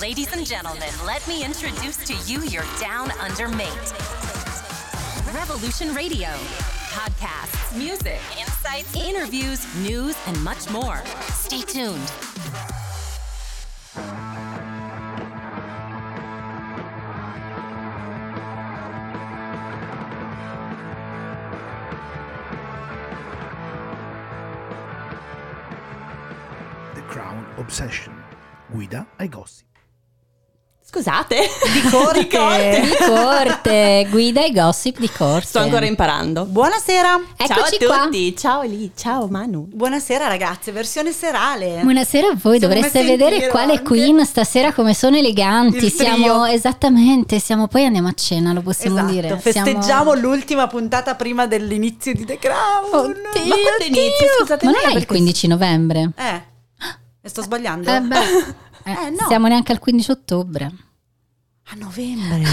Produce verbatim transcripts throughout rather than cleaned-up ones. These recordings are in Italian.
Ladies and gentlemen, let me introduce to you your Down Under mate. Revolution Radio. Podcasts, music, insights, interviews, news, and much more. Stay tuned. The Crown Obsession. Guida ai gossip. Scusate, di corte. di corte, di corte, guida ai gossip di corte. Sto ancora imparando. Buonasera. Eccoci Ciao a tutti. Ciao Eli, ciao Manu. Buonasera ragazze, versione serale. Buonasera a voi, Siamo dovreste messe in vedere giro quale anche. queen stasera come sono eleganti. Il Siamo trio. esattamente, siamo poi andiamo a cena, lo possiamo Esatto, dire. festeggiamo Siamo... l'ultima puntata prima dell'inizio di The Crown. Oddio, Ma quando inizia? Scusate, Ma non non è il perché- quindici novembre? Eh, ne sto sbagliando? Eh beh, eh, Eh, no. siamo neanche al quindici ottobre. A novembre.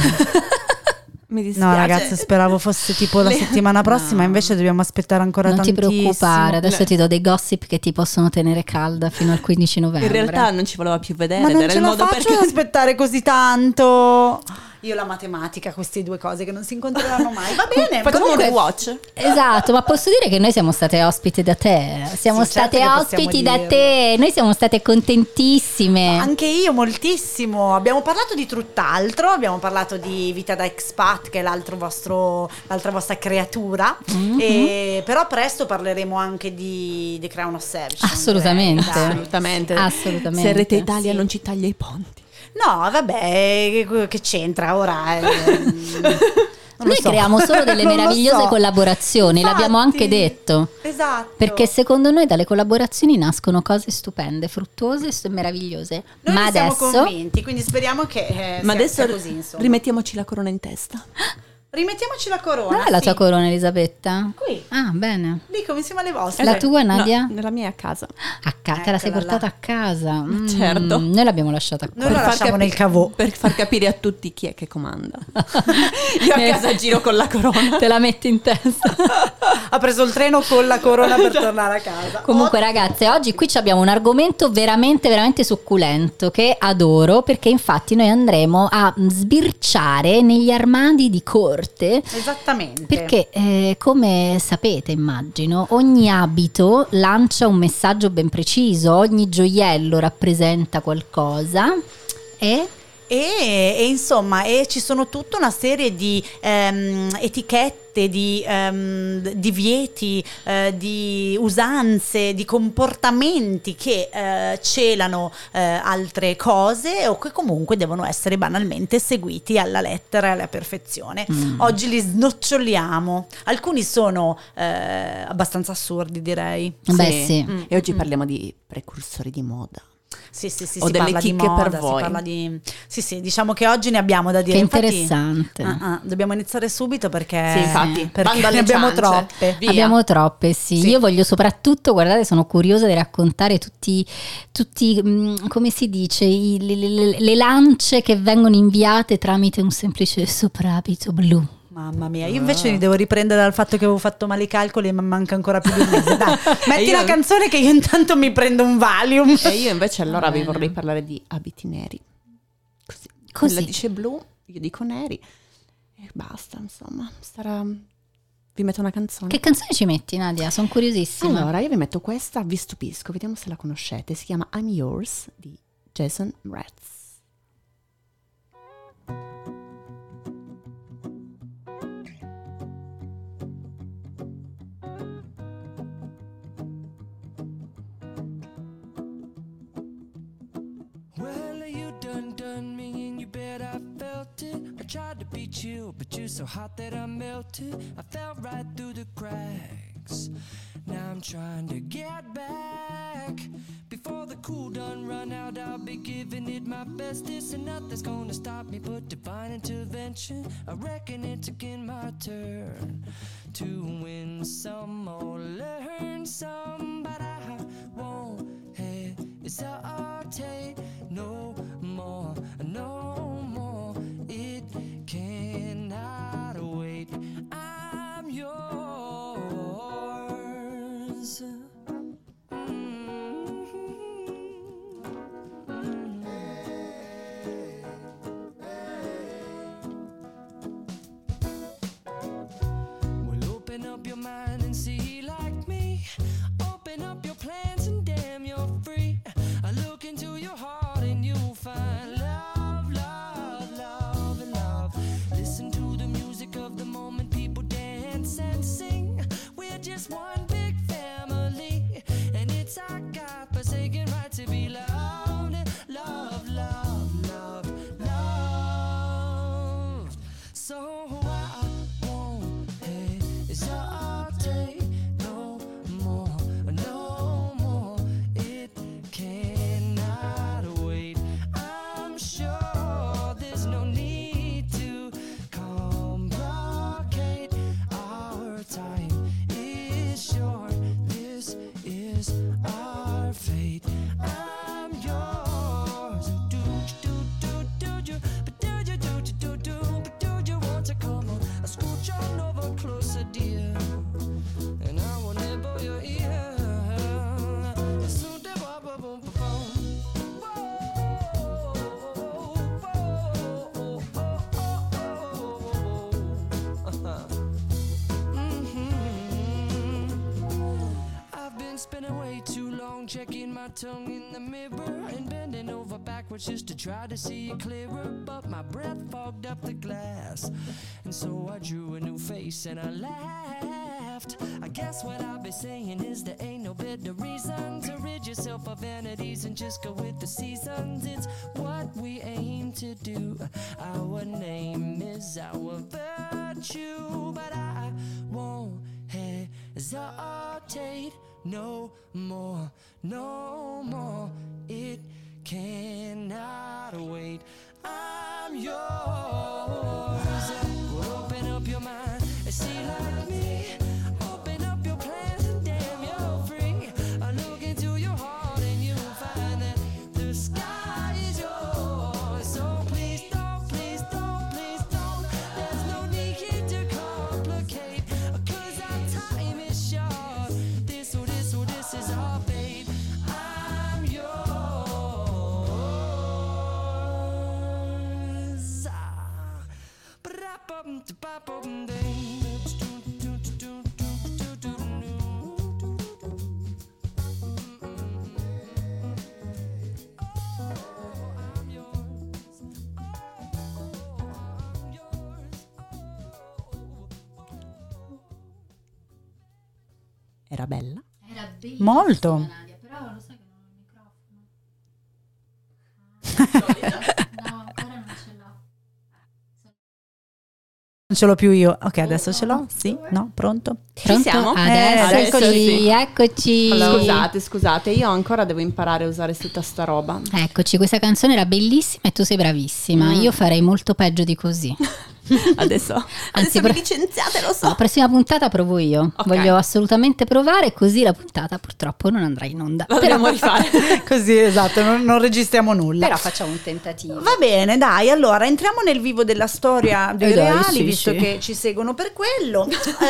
Mi dispiace. No ragazze, speravo fosse tipo la Le- settimana prossima, No. invece dobbiamo aspettare ancora Non ti tantissimo. preoccupare, adesso Le- ti do dei gossip che ti possono tenere calda fino al quindici novembre. In realtà non ci voleva più vedere, Ma ed non era ce il la modo faccio per ad aspettare così tanto. Io la matematica, queste due cose che non si incontreranno mai. Va bene, Facciamo comunque- un rewatch. Esatto, ma posso dire che noi siamo state ospiti da te. Siamo Sì, certo state che possiamo ospiti da dirlo. te. Noi siamo state contentissime. Anche io moltissimo. Abbiamo parlato di tutt'altro, abbiamo parlato di Vita da Expat, che è l'altro vostro, l'altra vostra creatura. Mhm. E, però presto parleremo anche di The Crown Obsession. Assolutamente. direi, dai. Assolutamente. Assolutamente. Se Rete Italia Sì. non ci taglia i ponti. No, vabbè, che, che c'entra ora? eh, non lo Noi so. creiamo solo delle Non lo meravigliose so. collaborazioni, Infatti. l'abbiamo anche detto. Esatto. Perché secondo noi dalle collaborazioni nascono cose stupende, fruttuose e meravigliose. Noi Ma ne siamo adesso convinti, quindi speriamo che eh, Ma sia- adesso sia così, insomma. rimettiamoci la corona in testa. Rimettiamoci la corona. dov'è la sì. tua corona, Elisabetta? Qui. Ah, bene. Dico insieme alle vostre. La tua, Nadia? No, nella mia casa. A casa, te la sei Eccola portata là. a casa. Mm, certo. Noi l'abbiamo lasciata qua. Noi la far lasciamo capi- nel cavò. Per far capire a tutti chi è che comanda. Io a casa giro con la corona. Te la metti in testa. Ha preso il treno con la corona per tornare a casa. Comunque ragazze, oggi qui ci abbiamo un argomento veramente veramente succulento che adoro, perché infatti noi andremo a sbirciare negli armadi di corte. Esattamente. Perché eh, come sapete, immagino, ogni abito lancia un messaggio ben preciso, ogni gioiello rappresenta qualcosa e E, e insomma, e ci sono tutta una serie di ehm, etichette, di ehm, divieti, eh, di usanze, di comportamenti che eh, celano eh, altre cose o che comunque devono essere banalmente seguiti alla lettera e alla perfezione. Mm. Oggi li snoccioliamo. Alcuni sono eh, abbastanza assurdi, direi. beh sì. Mm. E oggi parliamo di precursori di moda. Sì, sì, sì, Ho si delle parla di chicche moda, per si voi. parla di... Sì, sì, diciamo che oggi ne abbiamo da dire. Che Infatti- interessante. Ah, ah, dobbiamo iniziare subito perché, Sì, infatti, perché bando alle ne abbiamo ciance. troppe. Via. Abbiamo troppe, sì. Sì. Io voglio soprattutto, guardate, sono curiosa di raccontare tutti, tutti mh, come si dice, i- le, le- le lance che vengono inviate tramite un semplice soprabito blu. Mamma mia, io invece mi devo riprendere dal fatto che avevo fatto male i calcoli e mi manca ancora più di un mese. Dai, metti io- la canzone che io intanto mi prendo un Valium. E io invece allora Va vi bene. vorrei parlare di abiti neri. Così. Così. Quella dice blu, io dico neri. E basta, insomma. Sarà... Vi metto una canzone. Che canzone ci metti, Nadia? Sono curiosissima. Allora, io vi metto questa, vi stupisco, vediamo se la conoscete. Si chiama I'm Yours di Jason Mraz. Well, you done done me and you bet I felt it. I tried to beat you, but you're so hot that I melted. I fell right through the cracks. Now I'm trying to get back. Before the cool done run out, I'll be giving it my best. This and nothing's gonna stop me but divine intervention. I reckon it's again my turn to win some or learn some, but I won't hesitate no more, no more. It cannot wait. I'm yours. Mm-hmm. checking my tongue in the mirror and bending over backwards just to try to see it clearer. But my breath fogged up the glass, and so I drew a new face and I laughed. I guess what I'll be saying is there ain't no better reason to rid yourself of vanities and just go with the seasons. It's what we aim to do. Our name is our virtue, but I won't hesitate no more, no more. It cannot wait. I'm yours. Well, open up your mind and see like me. Open up your plans and damn, you're free. I look into your heart and you'll find that the sky is yours. So please don't, please don't, please don't. There's no need to complicate, 'cause our time is short. This or this or this is our fate. I'm yours. Ah. Ba-da-bum-da-ba-bum-ding. Era bella? Era bellissima, Molto. Nadia, però lo sai che non ho il microfono. No, ancora non ce l'ho. Non ce l'ho più io. Ok, adesso ce l'ho? Sì? No? Pronto? Pronto? siamo? Adesso, Eh, adesso sì, sì. eccoci. Allora, scusate, scusate, io ancora devo imparare a usare tutta sta roba. Eccoci, questa canzone era bellissima e tu sei bravissima. Mm. Io farei molto peggio di così. Adesso, Anzi, adesso pro- mi licenziate, lo so. La prossima puntata provo io. Ok. Voglio assolutamente provare, così la puntata purtroppo non andrà in onda. La Però, dobbiamo rifare. Così, esatto, non, non registriamo nulla. però facciamo un tentativo. Va bene, dai, allora entriamo nel vivo della storia dei Eh dai, reali, sì, visto sì. che ci seguono per quello.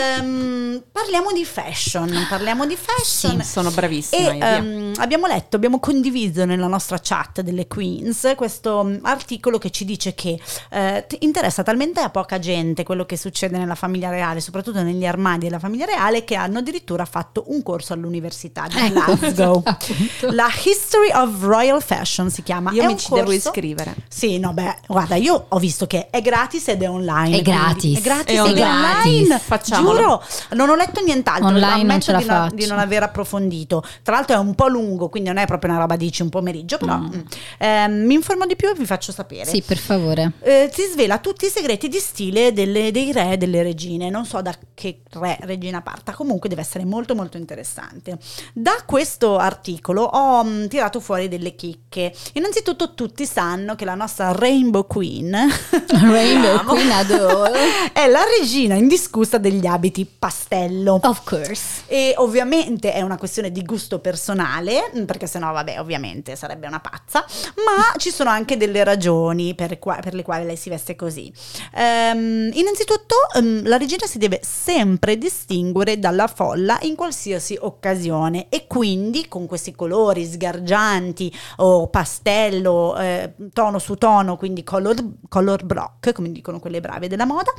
Ehm, parliamo di fashion, parliamo di fashion. Sì, sono bravissima. E io, via. ehm, abbiamo letto, abbiamo condiviso nella nostra chat delle Queens questo mm, articolo che ci dice che eh, t- interessa talmente a poca gente quello che succede nella famiglia reale, soprattutto negli armadi della famiglia reale, che hanno addirittura fatto un corso all'università di Ecco, Glasgow. appunto. La History of Royal Fashion si chiama. Io È mi un ci devo corso- iscrivere. Sì, no, beh, guarda, io ho visto che è gratis ed è online. È quindi- gratis. È gratis È ed è gratis. online. Facciamolo. Giuro, non ho letto nient'altro. Online non ammetto ce la di, non, faccio. di non aver approfondito. Tra l'altro è un po' lungo, quindi non è proprio una roba dici un pomeriggio, però mm. Ehm, mi informo di più e vi faccio sapere. Sì, per favore. Eh, ti svela tutti i segreti di stile delle- dei re e delle regine. Non so da che re regina parta, comunque deve essere molto molto interessante. Da questo articolo ho mh, tirato fuori delle chicche. Innanzitutto tutti sanno che la nostra Rainbow Queen Rainbow Queen adoro. è la regina indiscussa degli abiti pastello. Of course. E ovviamente è una questione di gusto personale, perché sennò vabbè ovviamente sarebbe una pazza, ma ci sono anche delle ragioni per, qua- per le quali lei si veste così. Ehm, innanzitutto ehm, la regina si deve sempre distinguere dalla folla in qualsiasi occasione, e quindi con questi colori sgargianti o pastello, eh, tono su tono, quindi color, color block, come dicono quelle brave della moda,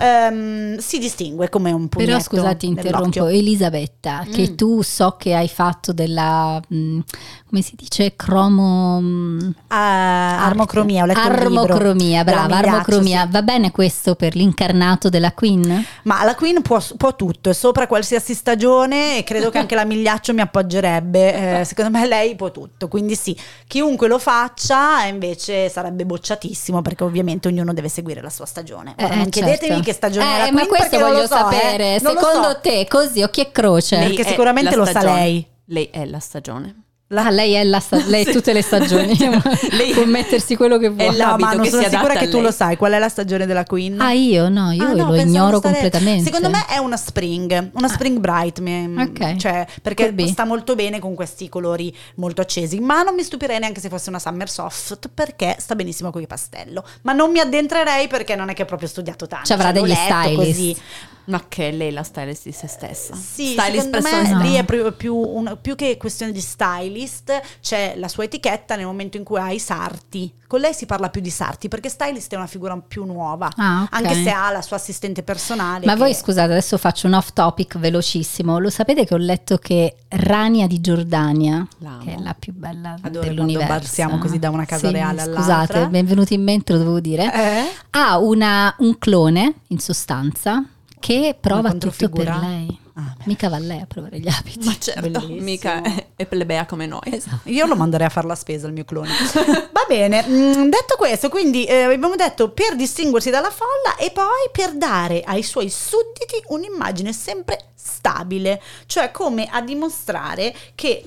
ehm, si distingue come un pugnetto. Però scusate, interrompo. nell'occhio. Elisabetta, che Mm. tu so che hai fatto della, mh, come si dice, cromo... mh, Ah, armocromia, ho letto un libro Armocromia, della brava, Migliaccio, armocromia. sì. Va bene questo per l'incarnato della Queen? Ma la Queen può, può tutto, è sopra qualsiasi stagione, e credo che anche la Migliaccio mi appoggerebbe. Eh, secondo me lei può tutto, quindi sì, chiunque lo faccia invece sarebbe bocciatissimo, perché ovviamente ognuno deve seguire la sua stagione. Ora, Eh, non chiedetevi certo. che stagione è eh, la ma Queen, questo perché non voglio lo so, sapere. eh. Non lo Secondo so. te, così, occhi e croce? Perché è sicuramente la lo sa stagione. lei. Lei è la stagione. Ah, lei è la sta- lei è tutte le stagioni. Lei- Può mettersi quello che vuole. È No, l'abito ma non che sono si sicura adatta che a tu lei. lo sai qual è la stagione della Queen. Ah, io no, io Ah, no, lo pensavo ignoro fosse lei. completamente. Secondo me è una spring, una spring bright, mi- ok. cioè, perché Could be. sta molto bene con questi colori molto accesi, ma non mi stupirei neanche se fosse una summer soft, perché sta benissimo con i pastello. Ma non mi addentrerei, perché non è che ho proprio studiato tanto. Ci avrà cioè, l'ho degli letto stylist. così. Ma che lei la stylist di se stessa. Sì, stylist secondo me personale. lì è più, più, un- più che questione di stylist, c'è la sua etichetta nel momento in cui ha i sarti. Con lei si parla più di sarti perché stylist è una figura più nuova, Ah, ok. anche se ha la sua assistente personale. Ma che- voi scusate, adesso faccio un off topic velocissimo. Lo sapete che ho letto che Rania di Giordania, L'amo. che è la più bella Adoro dell'universo, quando balziamo così da una casa Sì, reale all'altra. Scusate, mi è venuto in mente, lo dovevo dire. Eh? Ha una, un clone, in sostanza, che prova tutto per controfigura? lei. Ah, beh. Mica va lei a provare gli abiti. Ma certo, Bellissimo. mica è, è plebea come noi. Esatto. Io lo manderei a fare la spesa il mio clone. Va bene, mm, detto questo, quindi eh, abbiamo detto per distinguersi dalla folla e poi per dare ai suoi sudditi un'immagine sempre stabile, cioè come a dimostrare che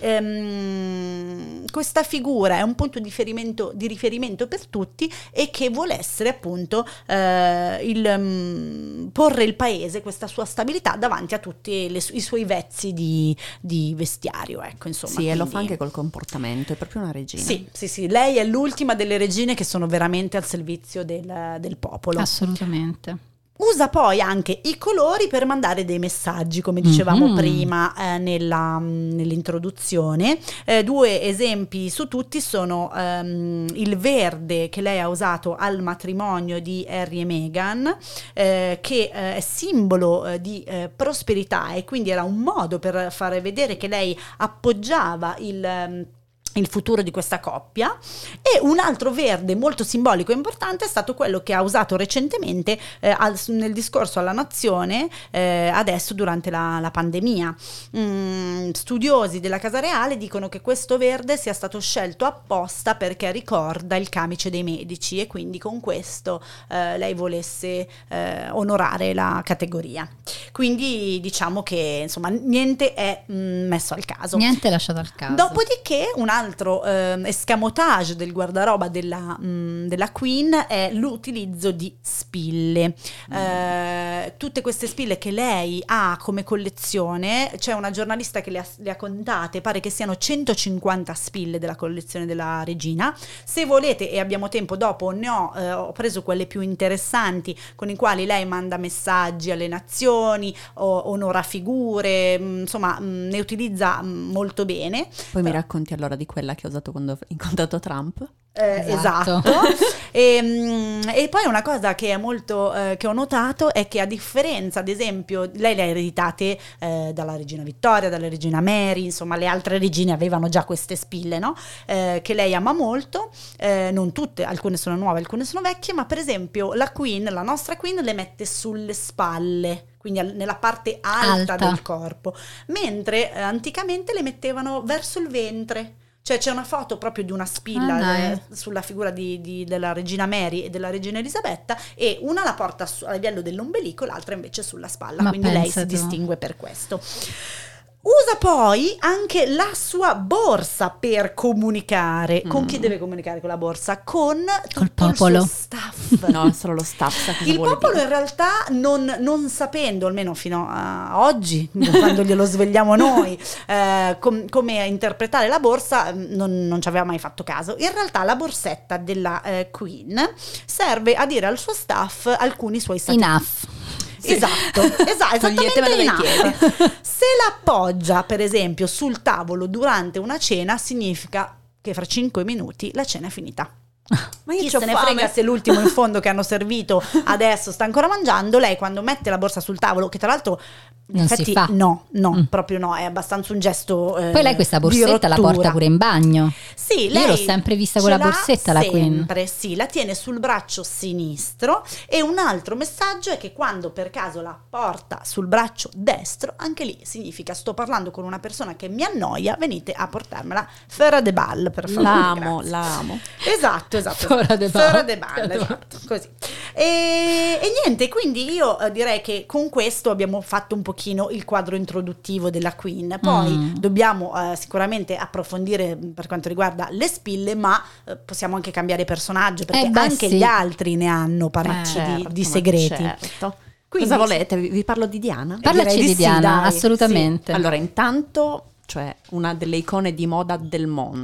ehm, questa figura è un punto di riferimento, di riferimento per tutti e che vuole essere appunto eh, il mm, porre il paese, questa sua stabilità davanti a tutti le su- i suoi vezzi di, di vestiario, ecco, insomma. Sì, e lo quindi- fa anche col comportamento, è proprio una regina. sì, sì, sì, lei è l'ultima delle regine che sono veramente al servizio del, del popolo. Assolutamente. Usa poi anche i colori per mandare dei messaggi, come dicevamo Mhm. prima eh, nella, nell'introduzione. Eh, due esempi su tutti sono ehm, il verde che lei ha usato al matrimonio di Harry e Meghan, eh, che eh, è simbolo eh, di eh, prosperità e quindi era un modo per far vedere che lei appoggiava il... ehm, il futuro di questa coppia. E un altro verde molto simbolico e importante è stato quello che ha usato recentemente eh, al- nel discorso alla nazione eh, adesso durante la, la pandemia. Mm, studiosi della Casa Reale dicono che questo verde sia stato scelto apposta perché ricorda il camice dei medici e quindi con questo eh, lei volesse eh, onorare la categoria. Quindi diciamo che insomma niente è mm, messo al caso. Niente lasciato al caso. Dopodiché un altro ehm, escamotage del guardaroba della, mh, della Queen è l'utilizzo di spille. Eh, tutte queste spille che lei ha come collezione, c'è una giornalista che le ha, le ha contate, pare che siano centocinquanta spille della collezione della regina. Se volete e abbiamo tempo dopo ne ho, eh, ho preso quelle più interessanti con i quali lei manda messaggi alle nazioni, o, onora figure, mh, insomma mh, ne utilizza mh, molto bene. Poi mi racconti allora di quella che ho usato quando ho incontrato Trump. Eh, Esatto. esatto. e, mm, e poi una cosa che è molto eh, che ho notato è che a differenza, ad esempio, lei le ha ereditate eh, dalla regina Vittoria, dalla regina Mary, insomma le altre regine avevano già queste spille, no? Eh, che lei ama molto, eh, non tutte, alcune sono nuove, alcune sono vecchie, ma per esempio la Queen, la nostra Queen le mette sulle spalle, quindi al- nella parte alta, Alta. del corpo, mentre eh, anticamente le mettevano verso il ventre. Cioè c'è una foto proprio di una spilla Ah, dai. eh, sulla figura di, di- della regina Mary e della regina Elisabetta, e una la porta su- a livello dell'ombelico, l'altra invece sulla spalla, Ma quindi lei pensa si tu. distingue per questo. Usa poi anche la sua borsa per comunicare. Con chi deve comunicare con la borsa? Con tutto il popolo. suo staff. No, solo lo staff sa cosa Il vuole popolo dire. in realtà non, non sapendo, almeno fino a oggi, quando glielo svegliamo noi, eh, com- come interpretare la borsa, non, non ci aveva mai fatto caso. In realtà la borsetta della eh, Queen serve a dire al suo staff alcuni suoi sacrifici. Enough. Esatto, esatto, Toglietemelo esattamente dai in piedi. atto. Se l'appoggia, per esempio, sul tavolo durante una cena, significa che fra cinque minuti la cena è finita. Ma io Chi c'ho se ne fame. frega se l'ultimo in fondo che hanno servito adesso sta ancora mangiando. Lei quando mette la borsa sul tavolo, che tra l'altro in Non si effetti fa. no, no, Mm. proprio no, è abbastanza un gesto eh, Poi lei questa di borsetta la rottura. porta pure in bagno. Sì, Io lei l'ho sempre vista con ce la l'ha borsetta, la Queen. sempre, sì, la tiene sul braccio sinistro. E un altro messaggio è che quando per caso la porta sul braccio destro, anche lì significa sto parlando con una persona che mi annoia, venite a portarmela Fera de Ball, per favore. L'amo, grazie. l'amo. Esatto, esatto. Fora de ball. Fora de ball, esatto, così. E, e niente, quindi io eh, direi che con questo abbiamo fatto un pochino il quadro introduttivo della Queen. Poi Mm. dobbiamo eh, sicuramente approfondire per quanto riguarda le spille, ma eh, possiamo anche cambiare personaggio, perché Eh beh, anche sì. gli altri ne hanno parecchi Eh, di, Certo, di ma segreti. certo. Quindi- Cosa volete? Vi, vi parlo di Diana? Parlaci direi di di sì, Diana, dai, assolutamente. Allora, intanto, cioè una delle icone di moda del mondo,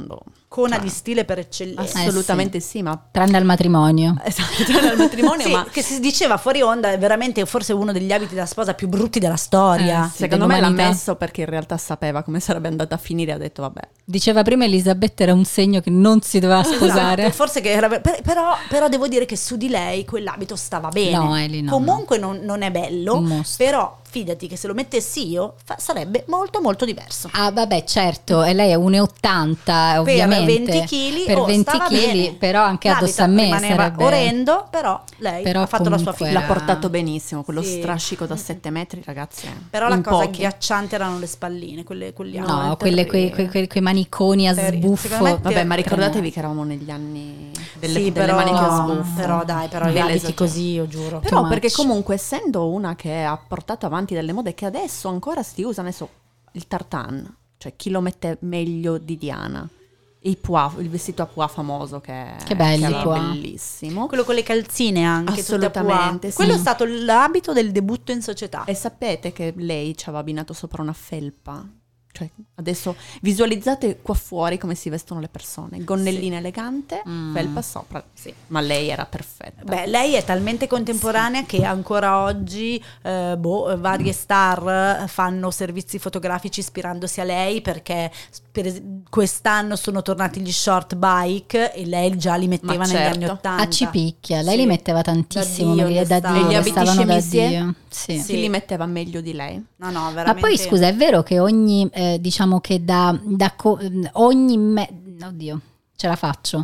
icona Cioè, di stile per eccellenza. Assolutamente sì, ma Tranne al matrimonio. esatto, tranne al matrimonio, Sì, ma che si diceva fuori onda, è veramente forse uno degli abiti da sposa più brutti della storia. Eh, sì. secondo me l'ha dell'umanità. messo perché in realtà sapeva come sarebbe andata a finire, ha detto vabbè. Diceva prima Elisabetta era un segno che non si doveva sposare. Esatto, forse che era, per- però, però devo dire che su di lei quell'abito stava bene. No, Eli, no, Comunque Non, non è bello, Un mostro. però fidati che se lo mettessi io fa- sarebbe molto molto diverso. Ah, vabbè, certo, e lei è uno e ottanta, ovviamente. venti chili, per oh, venti stava chili, bene. però anche L'abito addosso a me rimaneva sarebbe orrendo, però lei Però ha fatto la sua comunque fila. L'ha portato benissimo, quello Sì. strascico da sette metri, ragazzi. Però la in cosa pochi. agghiacciante erano le spalline, quelle, quelli No, alti, quelle, quei, quei, quei- quei maniconi a Serio, sbuffo. secondo me Vabbè, ma Tre- ricordatevi che eravamo negli anni delle, sì, delle però, maniche a sbuffo. però dai, però gli Delle abiti esagerazioni. così, io giuro. Però Too perché much. comunque essendo una che ha portato avanti delle mode che adesso ancora si usano, adesso il tartan, cioè chi lo mette meglio di Diana, il, pois, il vestito a pois famoso che, Che belli che i era pois. bellissimo. Quello con le calzine anche, tutte a pois. Assolutamente, sì. Quello è stato l'abito del debutto in società. E sapete che lei ci aveva abbinato sopra una felpa? Cioè, adesso visualizzate qua fuori come si vestono le persone. Gonnellina elegante, Mm. felpa sopra. Sì, ma lei era perfetta. Beh, lei è talmente contemporanea che ancora oggi eh, boh, varie star fanno servizi fotografici ispirandosi a lei, perché per es- quest'anno sono tornati gli short bike e lei già li metteva Ma negli certo. anni ottanta. A Cipicchia, lei Sì. li metteva tantissimo, Da Dio, me li- da che Dio, stavano. E gli abiti stavano da chemisier? Dio. Sì. Chi li metteva meglio di lei? No, no, veramente. Ma poi scusa, è vero che ogni, eh, diciamo che da, da co- ogni, me- oddio, ce la faccio,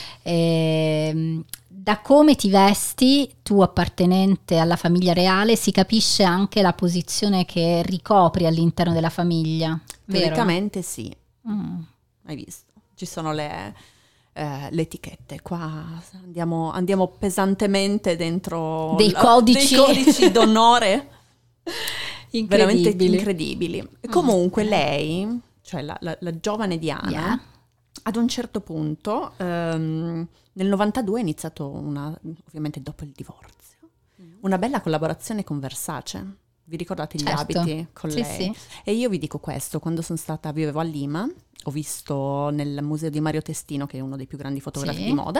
Ehm, da come ti vesti tu appartenente alla famiglia reale si capisce anche la posizione che ricopri all'interno della famiglia, vero? Teoricamente sì, Mm. hai visto? Ci sono le, eh, le etichette, qua andiamo, andiamo pesantemente dentro Dei la- codici. dei codici d'onore veramente Incredibili. incredibili. Comunque lei, cioè la, la- la giovane Diana, Yeah. ad un certo punto, ehm, nel novantadue è iniziato una, ovviamente dopo il divorzio, una bella collaborazione con Versace. Vi ricordate gli Certo. abiti con Sì, lei? sì. E io vi dico questo, quando sono stata, vivevo a Lima, ho visto nel museo di Mario Testino, che è uno dei più grandi fotografi Sì. di moda,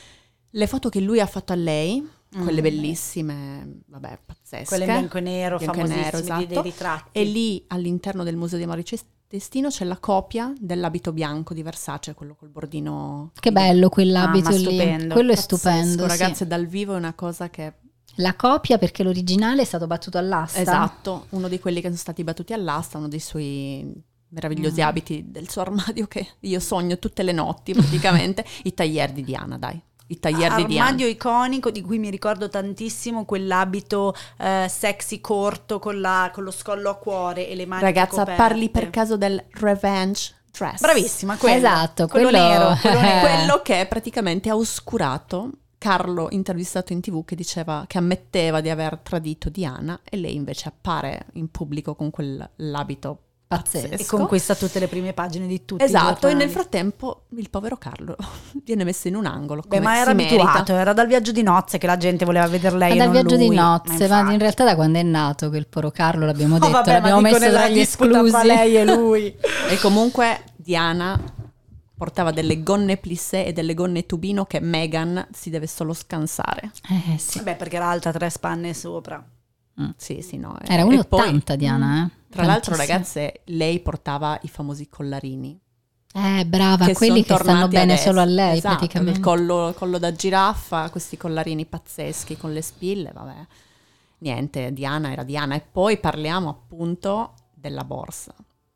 le foto che lui ha fatto a lei, quelle Mm. bellissime, vabbè, pazzesche. Quelle in bianco e nero, Bianco e famosissime, nero, di- esatto. dei ritratti. E lì all'interno del museo di Mario Testino c'è la copia dell'abito bianco di Versace, quello col bordino. Che bello quell'abito Mamma, lì, stupendo. quello è Pazzesco, stupendo, sì. ragazzi, dal vivo è una cosa che... La copia perché l'originale è stato battuto all'asta. Esatto, uno di quelli che sono stati battuti all'asta, uno dei suoi meravigliosi Mm. abiti del suo armadio che io sogno tutte le notti praticamente, i tailleur di Diana, dai. I tailleur di Diana. Armadio iconico di cui mi ricordo tantissimo quell'abito eh, sexy corto con, la- con lo scollo a cuore e le mani Ragazza, coperte. parli per caso del revenge dress? Bravissima, quello. Esatto, quello, quello- nero, quello nero. Quello che praticamente ha oscurato Carlo, intervistato in tivù, che diceva che ammetteva di aver tradito Diana e lei invece appare in pubblico con quell'abito Pazzesco. pazzesco. E conquista tutte le prime pagine di tutti i Esatto, e giornali. nel frattempo il povero Carlo viene messo in un angolo. Beh, come ma si era merita. abituato, era dal viaggio di nozze che la gente voleva vedere lei Ma e dal non viaggio lui. di nozze, ma, infatti. in realtà da quando è nato che il poro Carlo l'abbiamo detto, Oh, vabbè, l'abbiamo ma dico messo nella tra gli disputa esclusi. fra lei e lui. E comunque Diana portava delle gonne plissé e delle gonne tubino che Meghan si deve solo scansare. Eh sì. Beh, perché era alta tre spanne sopra. Sì, sì, no. Era E uno e poi, ottanta Diana, eh. Tra l'altro, Tantissimo. ragazze, lei portava i famosi collarini. Eh, brava, che quelli son che stanno tornati bene adesso. solo a lei Esatto, praticamente. il collo, collo da giraffa, questi collarini pazzeschi con le spille, vabbè. Niente, Diana era Diana. E poi parliamo appunto della borsa.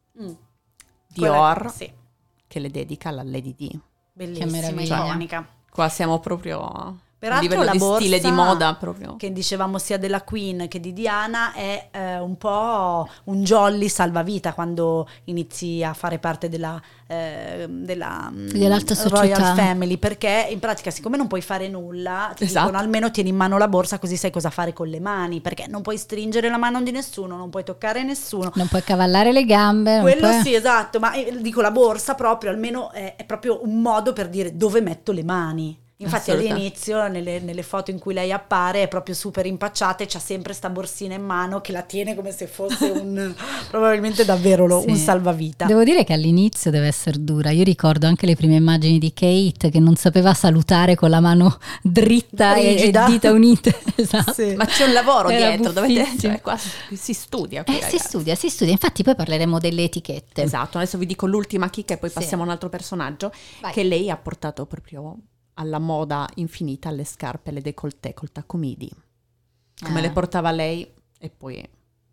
Dior, Quella- sì, che le dedica alla Lady Di. bellissima, meraviglia. iconica. Qua siamo proprio a Peraltro livello la di borsa stile di moda proprio. che dicevamo sia della Queen che di Diana è eh, un po' un jolly salvavita quando inizi a fare parte della, eh, della mm, Dell'alta Royal società. Family, perché in pratica siccome non puoi fare nulla ti Esatto. dicono almeno tieni in mano la borsa così sai cosa fare con le mani, perché non puoi stringere la mano di nessuno, non puoi toccare nessuno. Non puoi cavallare le gambe. non Quello puoi- sì, esatto, ma eh, dico la borsa proprio, almeno è, è proprio un modo per dire dove metto le mani. Infatti Assolutamente. all'inizio nelle, nelle foto in cui lei appare è proprio super impacciata e c'ha sempre sta borsina in mano che la tiene come se fosse un probabilmente davvero lo- Sì. un salvavita. Devo dire che all'inizio deve essere dura. Io ricordo anche le prime immagini di Kate che non sapeva salutare con la mano dritta e, e Rigida. dita unite. Esatto. Sì. Ma c'è un lavoro Era dietro, dovete, buffissimo. cioè, qua si studia. qui, Eh, si ragazzi. studia, si studia. Infatti poi parleremo delle etichette. Esatto, adesso vi dico l'ultima chicca e poi Sì. passiamo a un altro personaggio, Vai. che lei ha portato proprio alla moda infinita le scarpe, le décolleté col tacco midi, come Eh. le portava lei e poi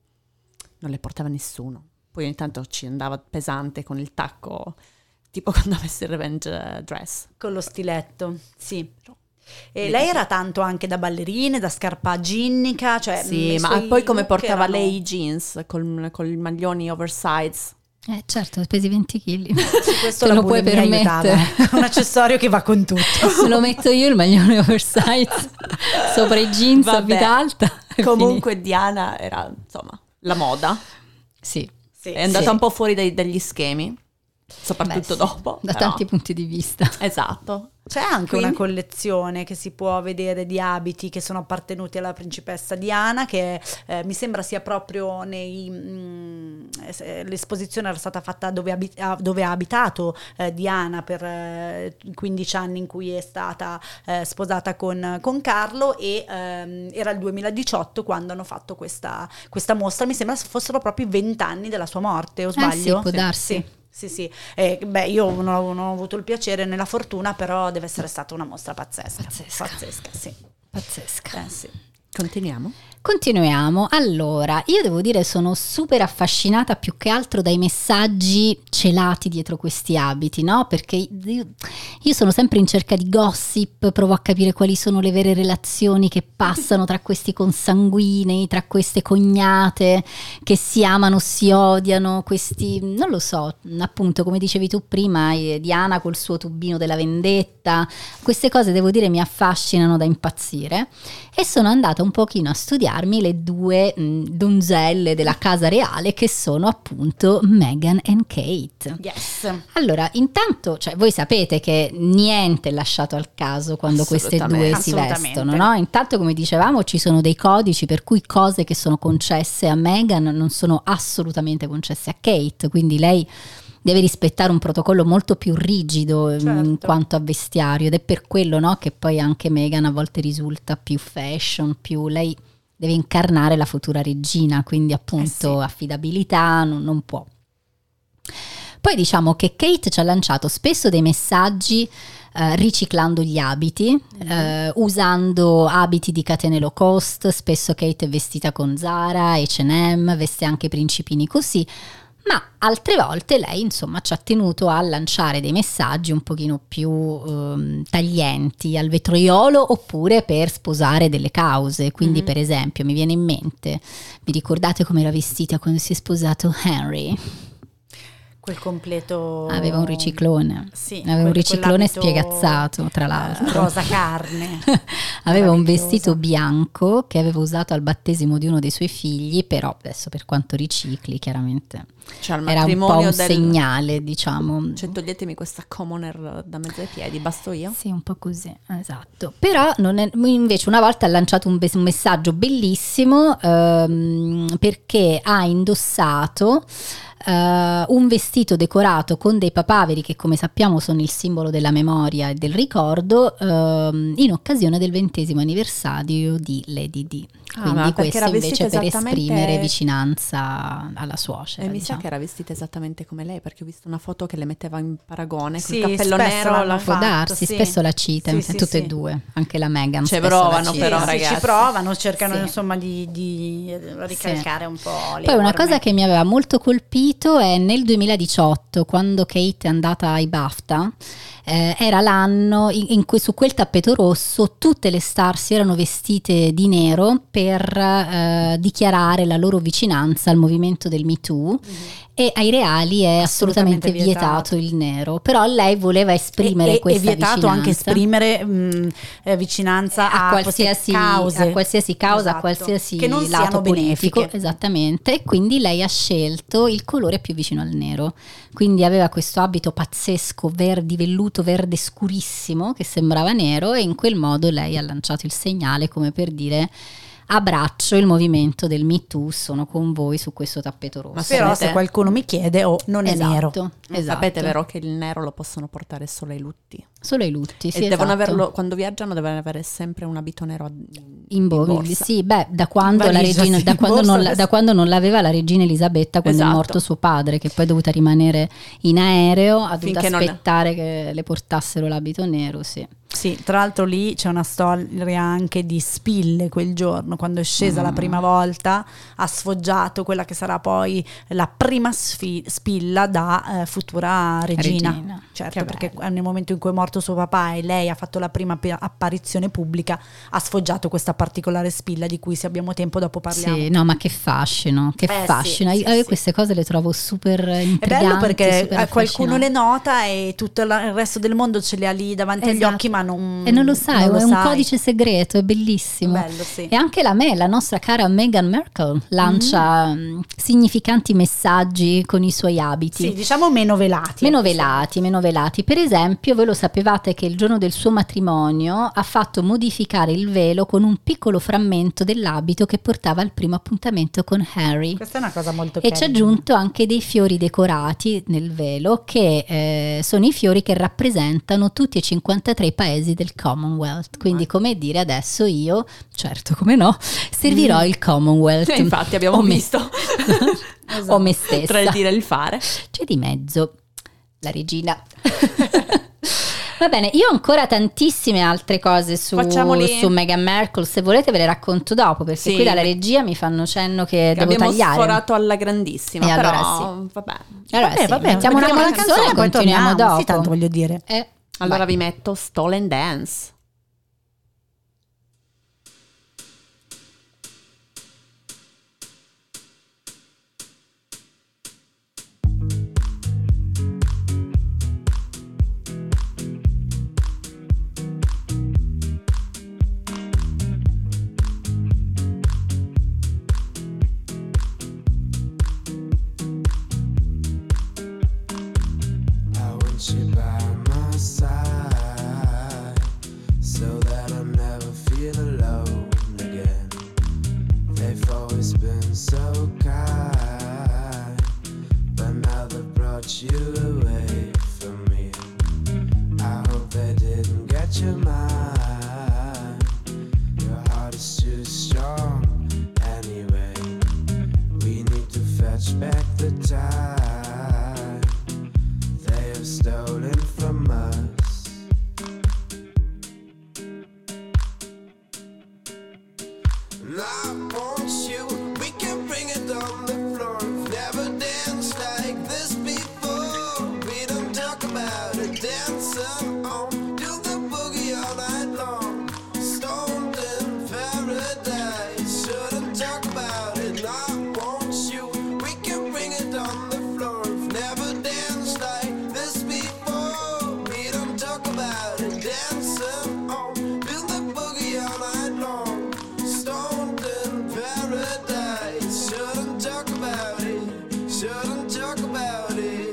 non le portava nessuno. Poi ogni tanto ci andava pesante con il tacco, tipo quando avesse il revenge dress. Con lo stiletto, sì. E Vedi lei che- era tanto anche da ballerine, da scarpa ginnica, cioè Sì, i ma suoi poi come look portava erano- lei i jeans con, con i maglioni oversize. Eh certo, pesi venti chili. Questo Te la lo puoi bulimia permettere. aiutava, un accessorio che va con tutto. Se lo metto io il maglione oversize sopra i jeans a Vabbè. vita alta. è Comunque Diana era, insomma, la moda. finito. Sì, Sì, È andata Sì. un po' fuori dai- dagli schemi, soprattutto Beh, sì, dopo. da però- tanti punti di vista. Esatto. C'è anche Quindi- una collezione che si può vedere di abiti che sono appartenuti alla principessa Diana, che eh, mi sembra sia proprio nei... mm, eh, l'esposizione era stata fatta dove, abi- ah, dove ha abitato eh, Diana per eh, quindici anni in cui è stata eh, sposata con, con Carlo, e ehm, era il duemiladiciotto quando hanno fatto questa, questa mostra. Mi sembra fossero proprio i vent'anni della sua morte, o Eh sbaglio? sì, può darsi. Sì. Sì, sì, eh, beh, io non ho, non ho avuto il piacere né la fortuna, però deve essere stata una mostra pazzesca. Pazzesca. Pazzesca, sì. Pazzesca. Eh, sì. Continuiamo. Continuiamo. Allora, io devo dire sono super affascinata più che altro dai messaggi celati dietro questi abiti, no? Perché io, io sono sempre in cerca di gossip, provo a capire quali sono le vere relazioni che passano tra questi consanguinei, tra queste cognate che si amano, si odiano, questi, non lo so, appunto come dicevi tu prima, eh, Diana col suo tubino della vendetta, queste cose devo dire mi affascinano da impazzire. E sono andata un pochino a studiarmi le due mh, donzelle della casa reale, che sono appunto Meghan e Kate. Yes. Allora, intanto, cioè, voi sapete che niente è lasciato al caso quando queste due Assolutamente. si Assolutamente. vestono, no? Intanto, come dicevamo, ci sono dei codici per cui cose che sono concesse a Meghan non sono assolutamente concesse a Kate, quindi lei deve rispettare un protocollo molto più rigido in Certo. quanto a vestiario, ed è per quello, no, che poi anche Meghan a volte risulta più fashion, più lei deve incarnare la futura regina, quindi appunto Eh sì. affidabilità non, non può. Poi diciamo che Kate ci ha lanciato spesso dei messaggi eh, riciclando gli abiti, eh, usando abiti di catene low cost. Spesso Kate è vestita con Zara, acca e emme, veste anche i principini così, ma altre volte lei insomma ci ha tenuto a lanciare dei messaggi un pochino più ehm, taglienti al vetroiolo, oppure per sposare delle cause. Quindi per esempio mi viene in mente, vi ricordate come era vestita quando si è sposato Henry? Quel completo... Aveva un riciclone, Sì, aveva un quel- riciclone quell'abito, spiegazzato tra eh, l'altro. rosa carne. Aveva un Meraviglioso. vestito bianco che aveva usato al battesimo di uno dei suoi figli, però adesso per quanto ricicli chiaramente Cioè, il era un po' matrimonio un del- segnale, diciamo. Cioè, toglietemi questa commoner da mezzo ai piedi, basto io. Sì, un po' così, esatto. Però non è- invece una volta ha lanciato un, be- un messaggio bellissimo, ehm, perché ha indossato eh, un vestito decorato con dei papaveri che, come sappiamo, sono il simbolo della memoria e del ricordo, ehm, in occasione del ventesimo anniversario di Lady Di. Ah, Quindi ma perché questo era invece vestita per esattamente- esprimere vicinanza alla suocera. E mi sa diciamo. che era vestita esattamente come lei, perché ho visto una foto che le metteva in paragone Sì, col cappello spesso nero. l'hanno La Può fatto, darsi, sì. spesso la cita, Sì, sì, tutte sì. e due, anche la Meghan Ci spesso provano, la cita. però, Sì, sì, ragazzi. ci provano, cercano Sì. insomma di, di ricalcare un po' le Poi una orme. cosa che mi aveva molto colpito è nel duemiladiciotto, quando Kate è andata ai BAFTA, eh, era l'anno in, in cui su quel tappeto rosso tutte le star si erano vestite di nero per eh, dichiarare la loro vicinanza al movimento del Me Too, e ai reali è assolutamente, Assolutamente vietato. vietato. il nero, però lei voleva esprimere e, e- questa è vietato vicinanza. anche esprimere mh, eh, vicinanza a, a, qualsiasi, queste cause, a qualsiasi causa, a Esatto. qualsiasi che non lato siano politico, benefiche. esattamente. E quindi lei ha scelto il colore più vicino al nero, quindi aveva questo abito pazzesco ver- di velluto tutto verde scurissimo che sembrava nero, e in quel modo lei ha lanciato il segnale come per dire: abbraccio il movimento del Me Too, sono con voi su questo tappeto rosso. Ma però se qualcuno mi chiede, oh, non è esatto, nero. Esatto. Sapete vero che il nero lo possono portare solo ai lutti? Solo ai lutti, sì, e devono esatto. averlo, quando viaggiano devono avere sempre un abito nero in, in bo- borsa. sì, beh, da quando la Valigia, regina sì, da, quando borsa non, la- adesso. da quando non l'aveva la regina Elisabetta, quando Esatto. è morto suo padre, che poi è dovuta rimanere in aereo, ha dovuto Finché non- aspettare che le portassero l'abito nero, sì. Sì, tra l'altro lì c'è una storia anche di spille quel giorno, quando è scesa la prima volta ha sfoggiato quella che sarà poi la prima sfi- spilla da eh, futura regina. Regina. Certo, Che perché bello. nel momento in cui è morto suo papà e lei ha fatto la prima pe- apparizione pubblica, ha sfoggiato questa particolare spilla di cui, se abbiamo tempo, dopo parliamo. Sì, no, ma che fascino, che Eh, fascino. sì, Io, sì, io sì. queste cose le trovo super È intriganti, bello perché super eh, qualcuno le affascinanti. nota e tutto il il resto del mondo ce le ha lì davanti agli Esatto. occhi, ma non, E non lo sai, non lo è un sai. codice segreto, è bellissimo. Bello, sì. E anche la me, la nostra cara Meghan Markle, lancia mm, significanti messaggi con i suoi abiti. Sì, diciamo meno velati. Meno ecco, velati, meno velati. Per esempio, voi lo sapevate che il giorno del suo matrimonio ha fatto modificare il velo con un piccolo frammento dell'abito che portava al primo appuntamento con Harry. Questa è una cosa molto E ci ha carina. aggiunto anche dei fiori decorati nel velo, che eh, sono i fiori che rappresentano tutti e cinquantatré i paesi del Commonwealth. Quindi, come dire, adesso io, certo, come no, servirò il Commonwealth. E infatti abbiamo O me- visto o me stessa. tra il dire e il fare. C'è di mezzo la regina. Va bene, io ho ancora tantissime altre cose su, Facciamoli. su Meghan Markle, se volete ve le racconto dopo, perché Sì. qui dalla regia mi fanno cenno che, Che devo abbiamo tagliare. sforato alla grandissima, E però allora vabbè. Allora Vabbè, sì, vabbè, mettiamo una mettiamo canzone e poi continuiamo torniamo. dopo. Sì, tanto voglio dire. Eh, Allora vai. vi metto Stolen Dance. I want you by my side, so that I never feel alone again. They've always been so kind, but now they've brought you away from me. I hope they didn't get your mind. Your heart is too strong anyway. We need to fetch back the time they have stolen from us. And I want you, we can bring it on the floor. We've never danced like this before. We don't talk about it, dancing on, do the boogie all night long. Stoned in paradise, shouldn't talk about it. And I want you, we can bring it on the floor. We've never danced like this before. We don't talk about it, dancing on, do the boogie all night long. Stoned in paradise, shouldn't talk about it, shouldn't talk about it.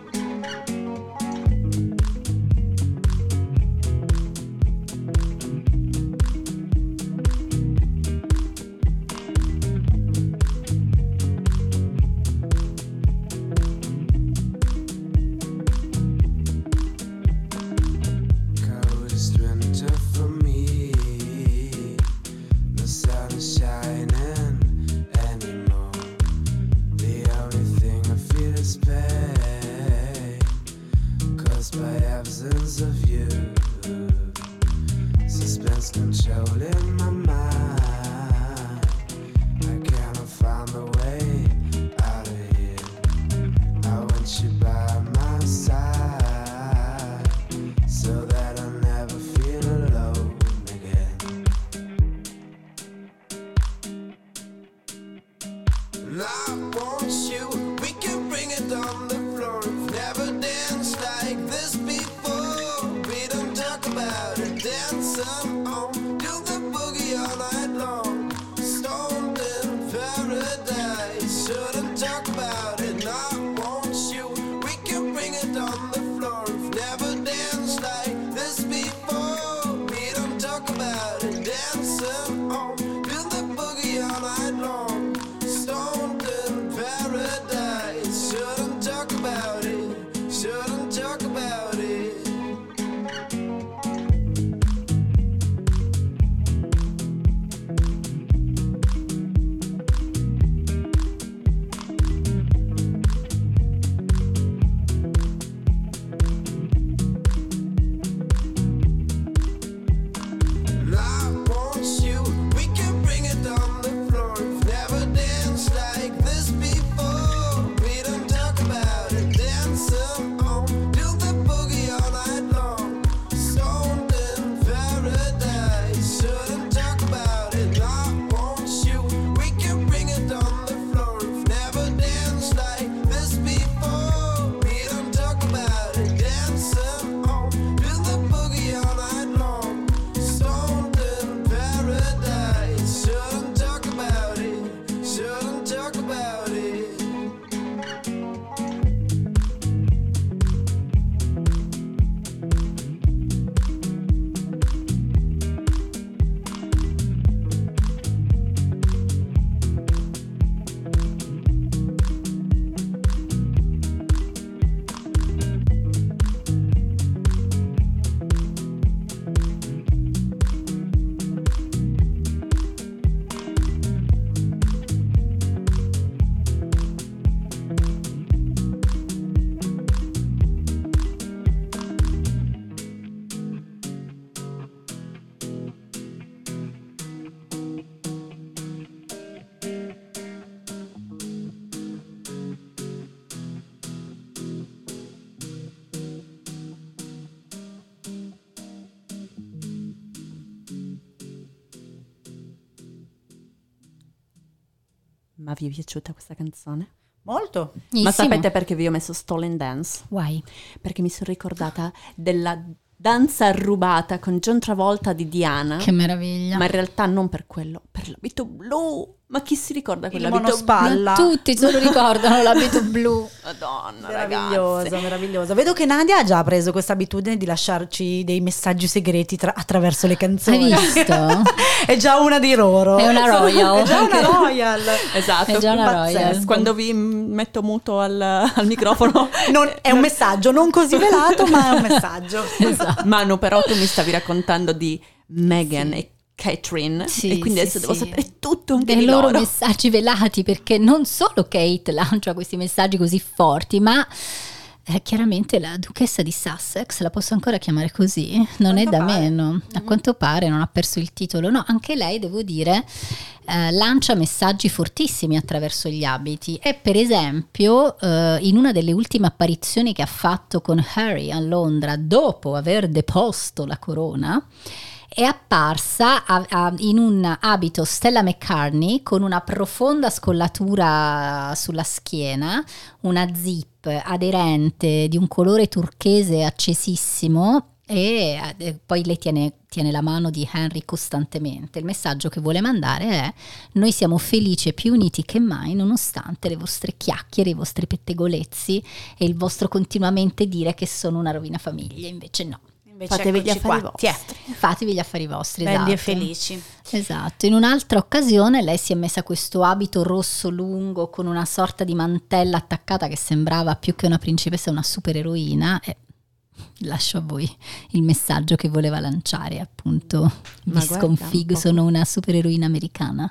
Coldest winter for me. The sun is shining anymore. The only thing I feel is pain, caused by absence of you. Suspense controlling my mind. I cannot find the way out of here. I want you by my side, so that I never feel alone again. And I want you, we can bring it on the floor. We've never danced like this before. We don't talk about it, dancing on, do the boogie all night long. Stoned in paradise, shouldn't talk about it. And I want you, we can bring it on the floor. We've never danced Ma vi è piaciuta questa canzone? Molto. Ma Benissimo. sapete perché vi ho messo Stolen Dance? Why? Perché mi sono ricordata della danza rubata con John Travolta di Diana. Che meraviglia. Ma in realtà non per quello, per l'abito blu. Ma chi si ricorda Il quell'abito monospalla. Ma tutti se lo ricordano l'abito blu. Madonna, Meraviglioso, ragazzi. meraviglioso. Vedo che Nadia ha già preso questa abitudine di lasciarci dei messaggi segreti tra- attraverso le canzoni. Hai visto? È già una di loro. È una royal. È già una royal. Esatto. È già una Pazzesco. royal. Quando vi metto muto al, al microfono. Non- è un messaggio non così velato, ma è un messaggio. Esatto. Manu, però tu mi stavi raccontando di Meghan e Catherine Sì, e quindi sì, adesso devo sì. sapere tutto anche Dei di loro loro. messaggi velati, perché non solo Kate lancia questi messaggi così forti, ma eh, chiaramente la duchessa di Sussex, la posso ancora chiamare così? Non Quanto è da pare. meno, a quanto pare non ha perso il titolo. No, anche lei, devo dire, eh, lancia messaggi fortissimi attraverso gli abiti e per esempio eh, in una delle ultime apparizioni che ha fatto con Harry a Londra dopo aver deposto la corona, è apparsa a- a- in un abito Stella McCartney con una profonda scollatura sulla schiena, una zip aderente di un colore turchese accesissimo e eh, poi lei tiene, tiene la mano di Henry costantemente. Il messaggio che vuole mandare è: noi siamo felici e più uniti che mai nonostante le vostre chiacchiere, i vostri pettegolezzi e il vostro continuamente dire che sono una rovina famiglia. Invece no. Invece Fatevi gli eccoci affari qua. vostri. Tiè, Fatevi gli affari vostri, belli esatto. e felici. Esatto. In un'altra occasione lei si è messa questo abito rosso lungo con una sorta di mantella attaccata che sembrava più che una principessa una supereroina e lascio a voi il messaggio che voleva lanciare, appunto. Ma Vi guarda, sconfigo, un po'. sono una supereroina americana.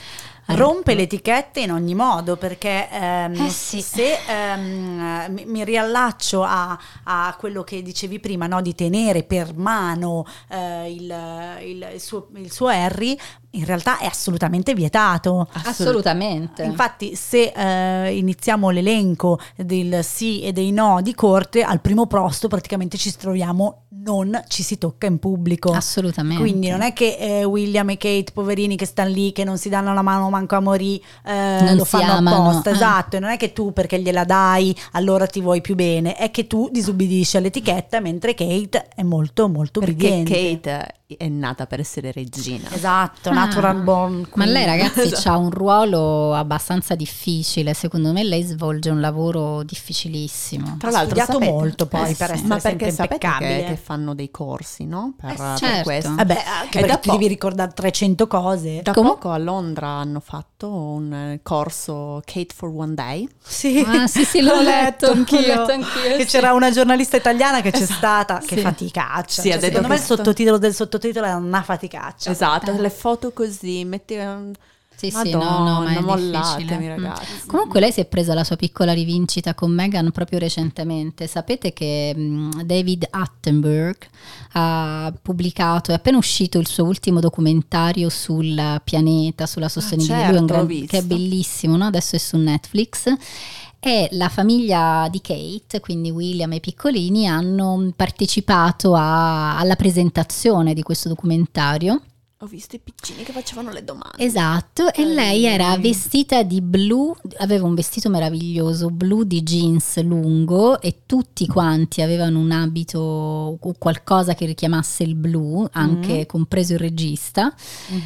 Rompe le etichette in ogni modo perché ehm, Eh sì. se ehm, mi, mi riallaccio a, a quello che dicevi prima, no? Di tenere per mano eh, il, il- il suo, il suo Harry, in realtà è assolutamente vietato. Assolutamente. Infatti se eh, iniziamo l'elenco del sì e dei no di corte, al primo posto praticamente ci troviamo non ci si tocca in pubblico. Assolutamente. Quindi non è che eh, William e Kate, poverini che stanno lì, che non si danno la mano manco a morì, eh, Non lo si fanno amano, apposta, eh. esatto. E non è che tu perché gliela dai allora ti vuoi più bene, è che tu disubbidisci all'etichetta, mentre Kate è molto molto Perché ubbidiente. Kate è nata per essere regina. Esatto, Ah. natural born Ma queen. lei, ragazzi, ha un ruolo abbastanza difficile. Secondo me lei svolge un lavoro difficilissimo. Tra Ha l'altro studiato sapete- molto poi eh per sì. essere Ma sempre perché sapete che, impeccabile. che fanno dei corsi, no? Per, Eh, per certo. questo. Vabbè, anche E perché da ti po- devi ricordare trecento cose. Da Com- poco a Londra hanno fatto un eh, corso Kate for One Day. Sì, Ah, sì, sì, l'ho letto, anch'io. l'ho letto anch'io, Che sì. c'era una giornalista italiana che c'è stata, che Sì. faticaccia. Sì, Cioè, ha detto secondo me il questo. sottotitolo del sottotitolo è una faticaccia. Esatto, le foto così, metti... Sì, sì, Madonna, no, no, ma è mollatemi, difficile. ragazzi. Mm. Comunque lei si è presa la sua piccola rivincita con Meghan proprio recentemente. Sapete che mh, David Attenborough ha pubblicato, è appena uscito il suo ultimo documentario sul pianeta, sulla sostenibilità, lui è un certo, l'ho gran- visto. che è bellissimo, no? Adesso è su Netflix. E la famiglia di Kate, quindi William e i piccolini, hanno partecipato a- alla presentazione di questo documentario. Ho visto i piccini che facevano le domande. Esatto, e lei era vestita di blu, aveva un vestito meraviglioso, blu di jeans lungo e tutti quanti avevano un abito o qualcosa che richiamasse il blu, anche compreso il regista.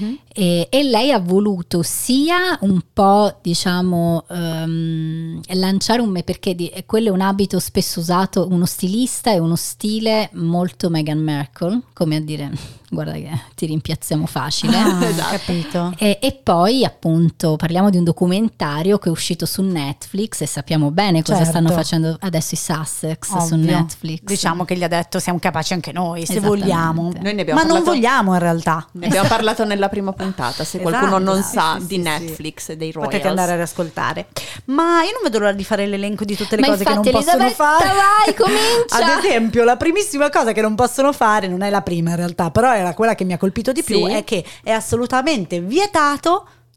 E, e lei ha voluto sia un po', diciamo, ehm, lanciare un me perché di- quello è un abito spesso usato, uno stilista e uno stile molto Meghan Markle, come a dire, guarda che ti rimpiazziamo facile. Ah, Esatto. capito. E, e poi appunto parliamo di un documentario che è uscito su Netflix e sappiamo bene cosa Certo. stanno facendo adesso i Sussex su Ovvio. Netflix. Diciamo che gli ha detto siamo capaci anche noi, se Esattamente. vogliamo. Noi ne abbiamo Ma non parlato- vogliamo in realtà. Ne abbiamo parlato nella prima puntata, se Esatto, qualcuno non sì, sa sì, di sì, Netflix e dei Royals. Potete andare ad ascoltare. Ma io non vedo l'ora di fare l'elenco di tutte le Ma cose che non infatti, possono Elisabetta, fare. vai, comincia! Ad esempio, la primissima cosa che non possono fare, non è la prima in realtà, però era quella che mi ha colpito di più, Sì. è che è assolutamente vietato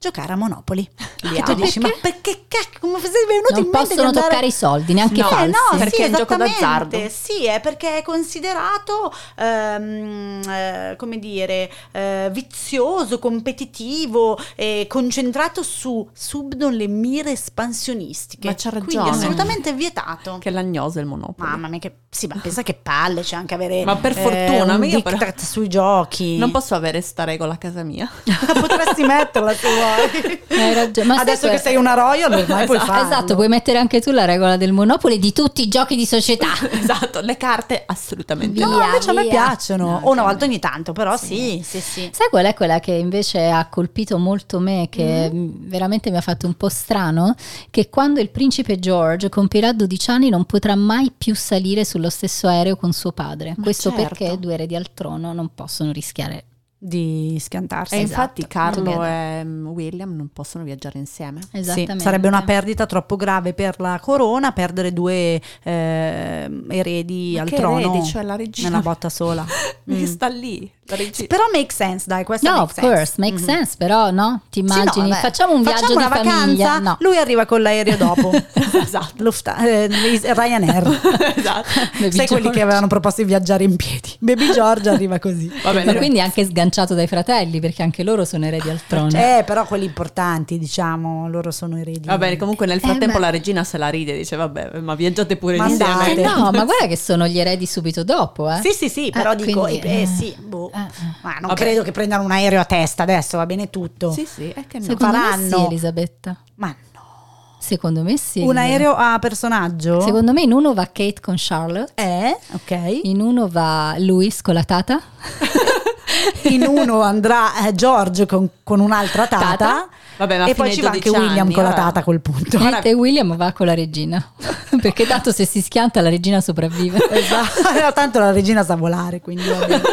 giocare a Monopoli. Li Che tu amo. dici, ma perché cacchio, come sei venuto Non in mente di possono andare... toccare i soldi, neanche No, falsi. Eh, no, perché sì, è un gioco esattamente. d'azzardo. Sì, è perché è considerato, ehm, eh, come dire, eh, vizioso, competitivo, eh, concentrato su subito le mire espansionistiche. Ma c'ha Quindi ragione. assolutamente vietato. Che lagnoso è il Monopoli. Mamma mia, che sì, ma pensa che palle, c'è anche avere Ma per eh, fortuna, un mica però- diktat sui giochi. Non posso avere sta regola a casa mia. Potresti metterla se vuoi. Hai ragione. Ma sai Adesso que- che sei una royal ormai puoi farlo. Esatto, puoi mettere anche tu la regola del Monopoli di tutti i giochi di società. Esatto, le carte assolutamente Via. no. No, invece a me via. piacciono, o una volta ogni tanto, però sì, sì, sì. Sai qual è quella che invece ha colpito molto me, che mh, veramente mi ha fatto un po' strano? Che quando il principe George compirà dodici anni non potrà mai più salire sullo stesso aereo con suo padre. Ma Questo certo. perché due eredi al trono non possono rischiare. Di schiantarsi. E infatti Esatto, Carlo together. e mm, William non possono viaggiare insieme. Sì, Esattamente. sarebbe una perdita troppo grave per la corona perdere due eh, eredi Ma al che trono eredi? Cioè la regina. nella botta sola. Che Mm. sta lì, la regina. Però make sense, dai, questo No, make of sense. course, makes Mhm. sense, però no? Ti Sì, no, immagini? vabbè. Facciamo un viaggio Facciamo di una famiglia? vacanza, No. lui arriva con l'aereo dopo. Esatto. Lufta- eh, Ryanair. Esatto. Baby Sai quelli George. che avevano proposto di viaggiare in piedi. Baby George arriva così. Va bene. Ma quindi anche sganciato dai fratelli, perché anche loro sono eredi al trono. Eh, però quelli importanti, diciamo, loro sono eredi. Va bene, comunque nel frattempo ma- la regina se la ride, dice vabbè, ma viaggiate pure Ma insieme. andate. Eh no, ma guarda che sono gli eredi subito dopo, eh. Sì, sì, sì, però Eh, dico, quindi, eh, eh. sì, boh. Eh, eh. Ma non Vabbè. credo che prendano un aereo a testa adesso, va bene tutto. Sì, sì, è che no. Secondo me faranno. sì, Elisabetta. Ma no. Secondo me sì. Un Elisabetta. aereo a personaggio? Secondo me in uno va Kate con Charlotte, Eh, ok. in uno va Louis con la tata. In uno andrà eh, George con, con un'altra tata. Tata. Vabbè, ma e fino poi ai ci va anche dodici William anni, con la ora- tata a quel punto. Ora- E William va con la regina. Perché tanto se si schianta la regina sopravvive. Esatto. Tanto la regina sa volare, quindi va bene.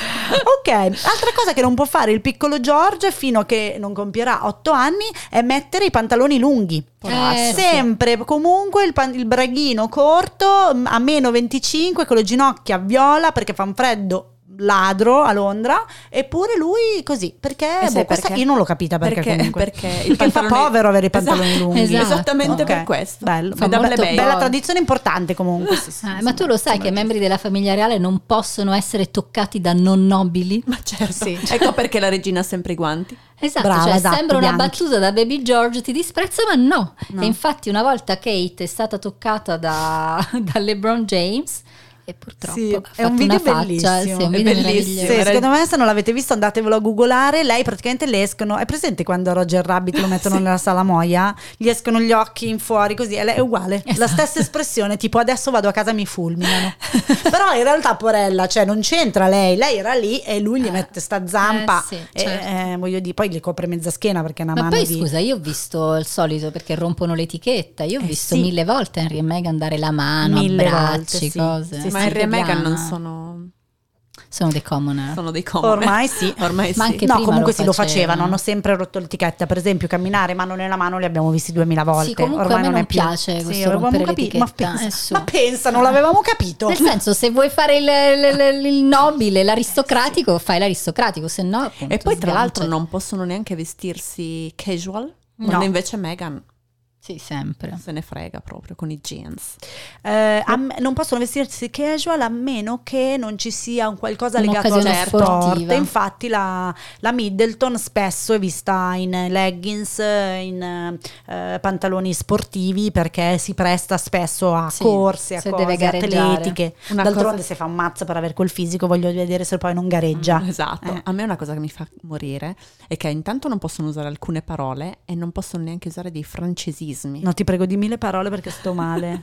Ok, altra cosa che non può fare il piccolo George fino a che non compierà otto anni è mettere i pantaloni lunghi. Eh, Sempre, comunque il, pan- il braghino corto a meno venticinque con le ginocchia viola perché fa un freddo ladro a Londra, eppure lui così perché, E sai boh, questa perché? io non l'ho capita perché, Perché- comunque perché il Perché fa pantalone- povero avere i pantaloni Esatto. lunghi. Esatto. Esattamente Ok, per questo. bello. Fa Madame molto Lebey. Bella tradizione importante comunque sì, sì, Ah, sì, ma sì, tu lo sai sì, che i membri della famiglia reale non possono essere toccati da non nobili? Ma certo. Sì. Ecco perché la regina ha sempre i guanti. Esatto, Brava, cioè esatto, sembra una bianchi. battuta da Baby George, ti disprezza, ma no. No. E infatti una volta Kate è stata toccata da, da LeBron James e purtroppo Sì, ha è un fatto video una faccia, bellissimo, sì, è un è video bellissimo. meraviglioso. Sì, secondo me se non l'avete visto andatevelo a googolare. Lei praticamente le escono, è presente quando Roger Rabbit lo mettono nella salamoia? Gli escono gli occhi in fuori così e lei è uguale, la stessa espressione, tipo adesso vado a casa mi fulminano. Però in realtà porella, cioè non c'entra lei, lei era lì e lui gli mette sta zampa eh, sì, e, certo. eh, voglio dire, poi gli copre mezza schiena perché è una Ma mano poi di... scusa, io ho visto il solito perché rompono l'etichetta, io ho Eh, visto sì. mille volte Harry e Meghan dare la mano, Mille abbracci, volte, sì. cose. Sì, Ma sì. Harry e Meghan non Diana. sono, Sono dei commoner. sono dei comuni. Ormai sì. Ormai Ma sì. anche No, prima comunque lo sì, lo facevano. facevano, hanno sempre rotto l'etichetta. Per esempio, camminare mano nella mano li abbiamo visti duemila volte. Sì, comunque Ormai a me non, non è più. piace questo avevamo rompere capito, ma l'etichetta, pensa, è su. ma pensa, non l'avevamo capito. Nel senso, se vuoi fare il, il- il- il nobile, l'aristocratico, fai l'aristocratico, se no appunto, E poi tra l'altro sganciati. non possono neanche vestirsi casual, No. quando invece Meghan Sì, sempre. se ne frega proprio con i jeans. Eh, a me- non possono vestirsi casual a meno che non ci sia un qualcosa legato allo Un'occasione sport. sportiva. Infatti la, la Middleton spesso è vista in leggings, in eh, pantaloni sportivi perché si presta spesso a Sì, corse, a se cose deve gareggiare. atletiche. Una D'altronde cosa- se fa un mazzo per aver quel fisico voglio vedere se poi non gareggia. Esatto. Eh. A me una cosa che mi fa morire è che intanto non possono usare alcune parole e non possono neanche usare dei francesismi. No, ti prego di mille parole perché sto male.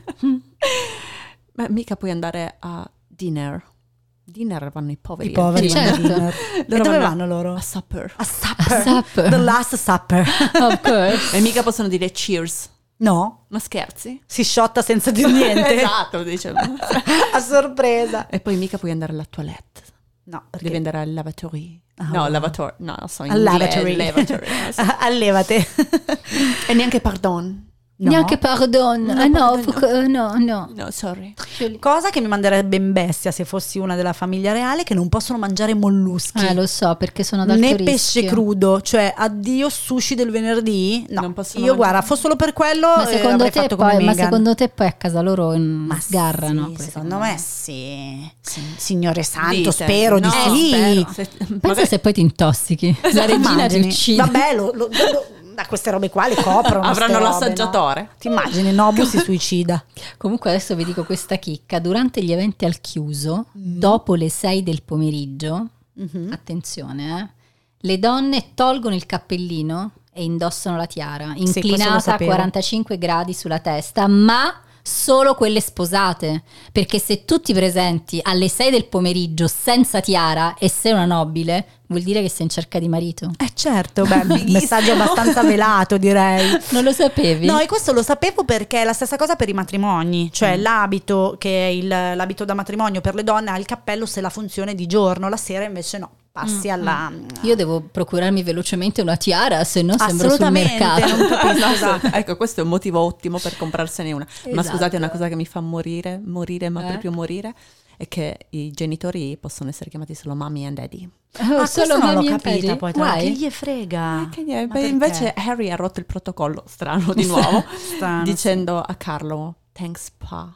Ma mica puoi andare a dinner. Dinner vanno i poveri. I poveri Sì, vanno a certo. dinner. E dove vanno loro? A supper. A supper. A supper. The last supper. Of course. E mica possono dire cheers. No? Ma scherzi? Si sciotta senza dire niente. Esatto, dicevo. A sorpresa. E poi mica puoi andare alla toilette. No, perché Devi andare al lavatory. Ah. No, lavator. No, so in al inglese, lavatory. lavatory, non so. Allevate. E neanche pardon. No. Neanche pardon. No, Ah, no, pardon, fu- eh, no, no. No, sorry. Cosa che mi manderebbe in bestia se fossi una della famiglia reale, che non possono mangiare molluschi. Eh, lo so, perché sono ad alto né rischio. pesce crudo, cioè addio sushi del venerdì. No, Non possono io mangiare. guarda, fosse solo per quello Ma eh, secondo, avrei te fatto come poi, ma Meghan. secondo te poi a casa loro in- Ma sgarrano? sì, pure secondo me sì. Sì, Signore santo, Dite. spero No, di sì. spero. Se- Pensa magari- se poi ti intossichi. La regina ti Immagini? uccide. Vabbè, lo, lo- lo- da queste robe qua le coprono. Avranno ste robe, l'assaggiatore. no? Ti immagini, Nobu si suicida. Comunque adesso vi dico questa chicca. Durante gli eventi al chiuso, dopo le sei del pomeriggio, attenzione, eh, le donne tolgono il cappellino e indossano la tiara, questo lo inclinata a sapevo. quarantacinque gradi sulla testa, ma solo quelle sposate, perché se tu ti presenti alle sei del pomeriggio senza tiara e sei una nobile, vuol dire che sei in cerca di marito. Eh certo, beh, messaggio abbastanza velato, direi. Non lo sapevi? No, e questo lo sapevo perché è la stessa cosa per i matrimoni, cioè l'abito che è il, l'abito da matrimonio per le donne ha il cappello se la funzione di giorno, la sera invece no, passi alla... Io devo procurarmi velocemente una tiara, se no sembro sul Assolutamente, mercato. non capisco, No, esatto. ecco, questo è un motivo ottimo per comprarsene una. Ma Esatto. scusate, una cosa che mi fa morire, morire, ma Eh? proprio morire, è che i genitori possono essere chiamati solo mommy and daddy. Oh, Ah, solo questo non l'ho mamma e capita daddy? poi, tra l'altro, Why? che gli frega? Che niente, Ma beh, perché? invece Harry ha rotto il protocollo, strano di nuovo, Strano, dicendo a Carlo, thanks pa.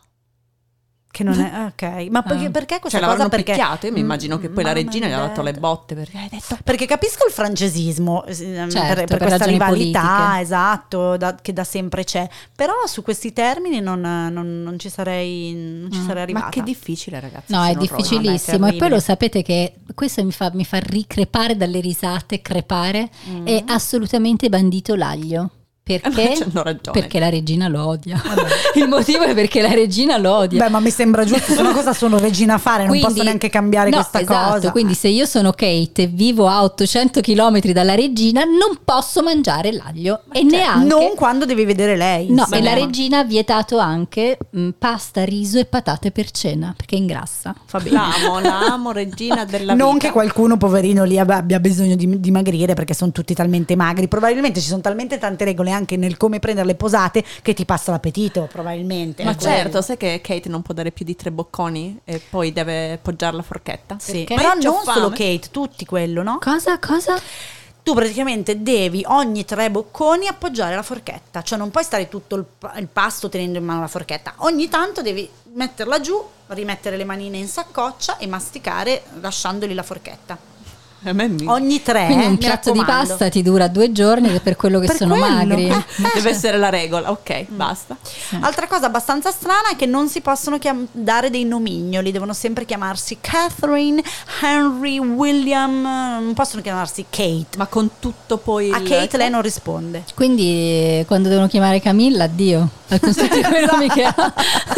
Che non è... Ok, ma perché, Ah. perché questa Cioè cosa? l'avranno Perché... picchiato, io mi Mm, immagino che poi la mamma regina gli ha mia. dato le botte perché hai detto... Perché capisco il francesismo eh, per, Certo, per per questa ragioni rivalità, politiche. esatto, da- che da sempre c'è. Però su questi termini non, non- non ci sarei, non ci sarei arrivata. Ma che difficile, ragazzi. No, è sono orrori. difficilissimo. Vabbè, E poi terribile. lo sapete che questo mi fa, mi fa ricrepare dalle risate, crepare. Mm. È assolutamente bandito l'aglio. Perché? Eh, ma c'hanno ragione. Perché la regina lo odia. Il motivo è perché la regina lo odia. Beh, ma mi sembra giusto, se no cosa sono regina a fare? Non posso neanche cambiare no, questa esatto, cosa. Quindi se io sono Kate e vivo a ottocento chilometri dalla regina, non posso mangiare l'aglio. E neanche... Non quando devi vedere lei. No, insomma. e la regina ha vietato anche mh, pasta, riso e patate per cena, perché ingrassa. Fa bene. L'amo, l'amo, regina della Non vita. che qualcuno poverino lì abbia abbia bisogno di dimagrire, perché sono tutti talmente magri. Probabilmente ci sono talmente tante regole anche nel come prendere le posate che ti passa l'appetito, probabilmente. Ma È quello. certo, sai che Kate non può dare più di tre bocconi e poi deve poggiare la forchetta? Sì. Perché Però c'ho non fame. solo Kate, tutti quello, no? Cosa? Cosa? Tu praticamente devi ogni tre bocconi appoggiare la forchetta, cioè non puoi stare tutto il, pa- il pasto tenendo in mano la forchetta, ogni tanto devi metterla giù, rimettere le manine in saccoccia e masticare lasciandoli la forchetta. A me mi... Ogni tre, Quindi eh, un mi piatto di raccomando. pasta ti dura due giorni ed è per quello che Per sono quello. magri. Eh, Deve essere la regola, ok, basta. Altra cosa abbastanza strana è che non si possono chiam- dare dei nomignoli, devono sempre chiamarsi Catherine, Henry, William, non possono chiamarsi Kate. Ma con tutto poi... A il- Kate lei non risponde. Quindi eh, quando devono chiamare Camilla, addio. Con tutti quei nomi che ha.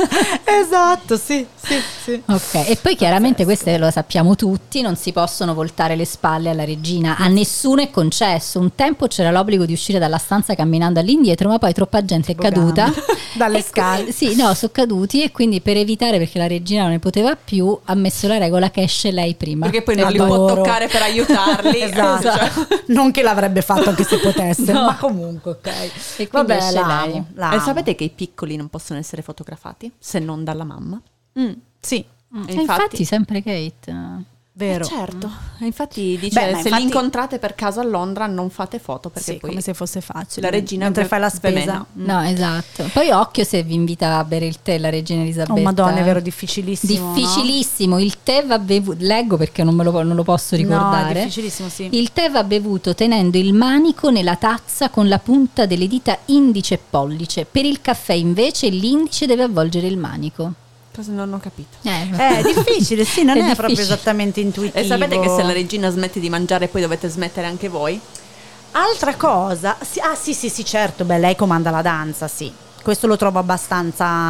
Esatto, sì, sì, sì. Ok, e poi chiaramente queste lo sappiamo tutti, non si possono voltare le spalle alla regina, a nessuno è concesso. Un tempo c'era l'obbligo di uscire dalla stanza camminando all'indietro, ma poi troppa gente è caduta Dalle E scale. qui- sì, no, sono caduti, e quindi per evitare, perché la regina non ne poteva più, ha messo la regola che esce lei prima. Perché poi non li può Adoro. toccare per aiutarli. Esatto. Cioè- Non che l'avrebbe fatto anche se potesse, No. ma comunque, ok. E quindi Vabbè, esce l'amo, lei. l'amo. E sapete che i piccoli non possono essere fotografati se non dalla mamma? Mm, sì, E infatti, sempre Kate. vero. Eh, certo, e infatti dice Beh, ma se infatti- li incontrate per caso a Londra non fate foto perché Sì, poi come se fosse facile. la regina mentre ve- fai la spesa. velena. Mm. No, esatto. Poi occhio se vi invita a bere il tè la regina Elisabetta. Oh madonna, è eh. vero, difficilissimo. no? Difficilissimo, il tè va bevuto, leggo perché non, me lo, non lo posso No, è ricordare. difficilissimo, sì. Il tè va bevuto tenendo il manico nella tazza con la punta delle dita indice e pollice. Per il caffè invece l'indice deve avvolgere il manico. Cosa non ho capito. Eh, Eh, È difficile, sì, non È è, proprio difficile. esattamente intuitivo. E sapete che se la regina smette di mangiare poi dovete smettere anche voi? Altra cosa, sì, ah sì sì sì certo, beh lei comanda la danza, sì. Questo lo trovo abbastanza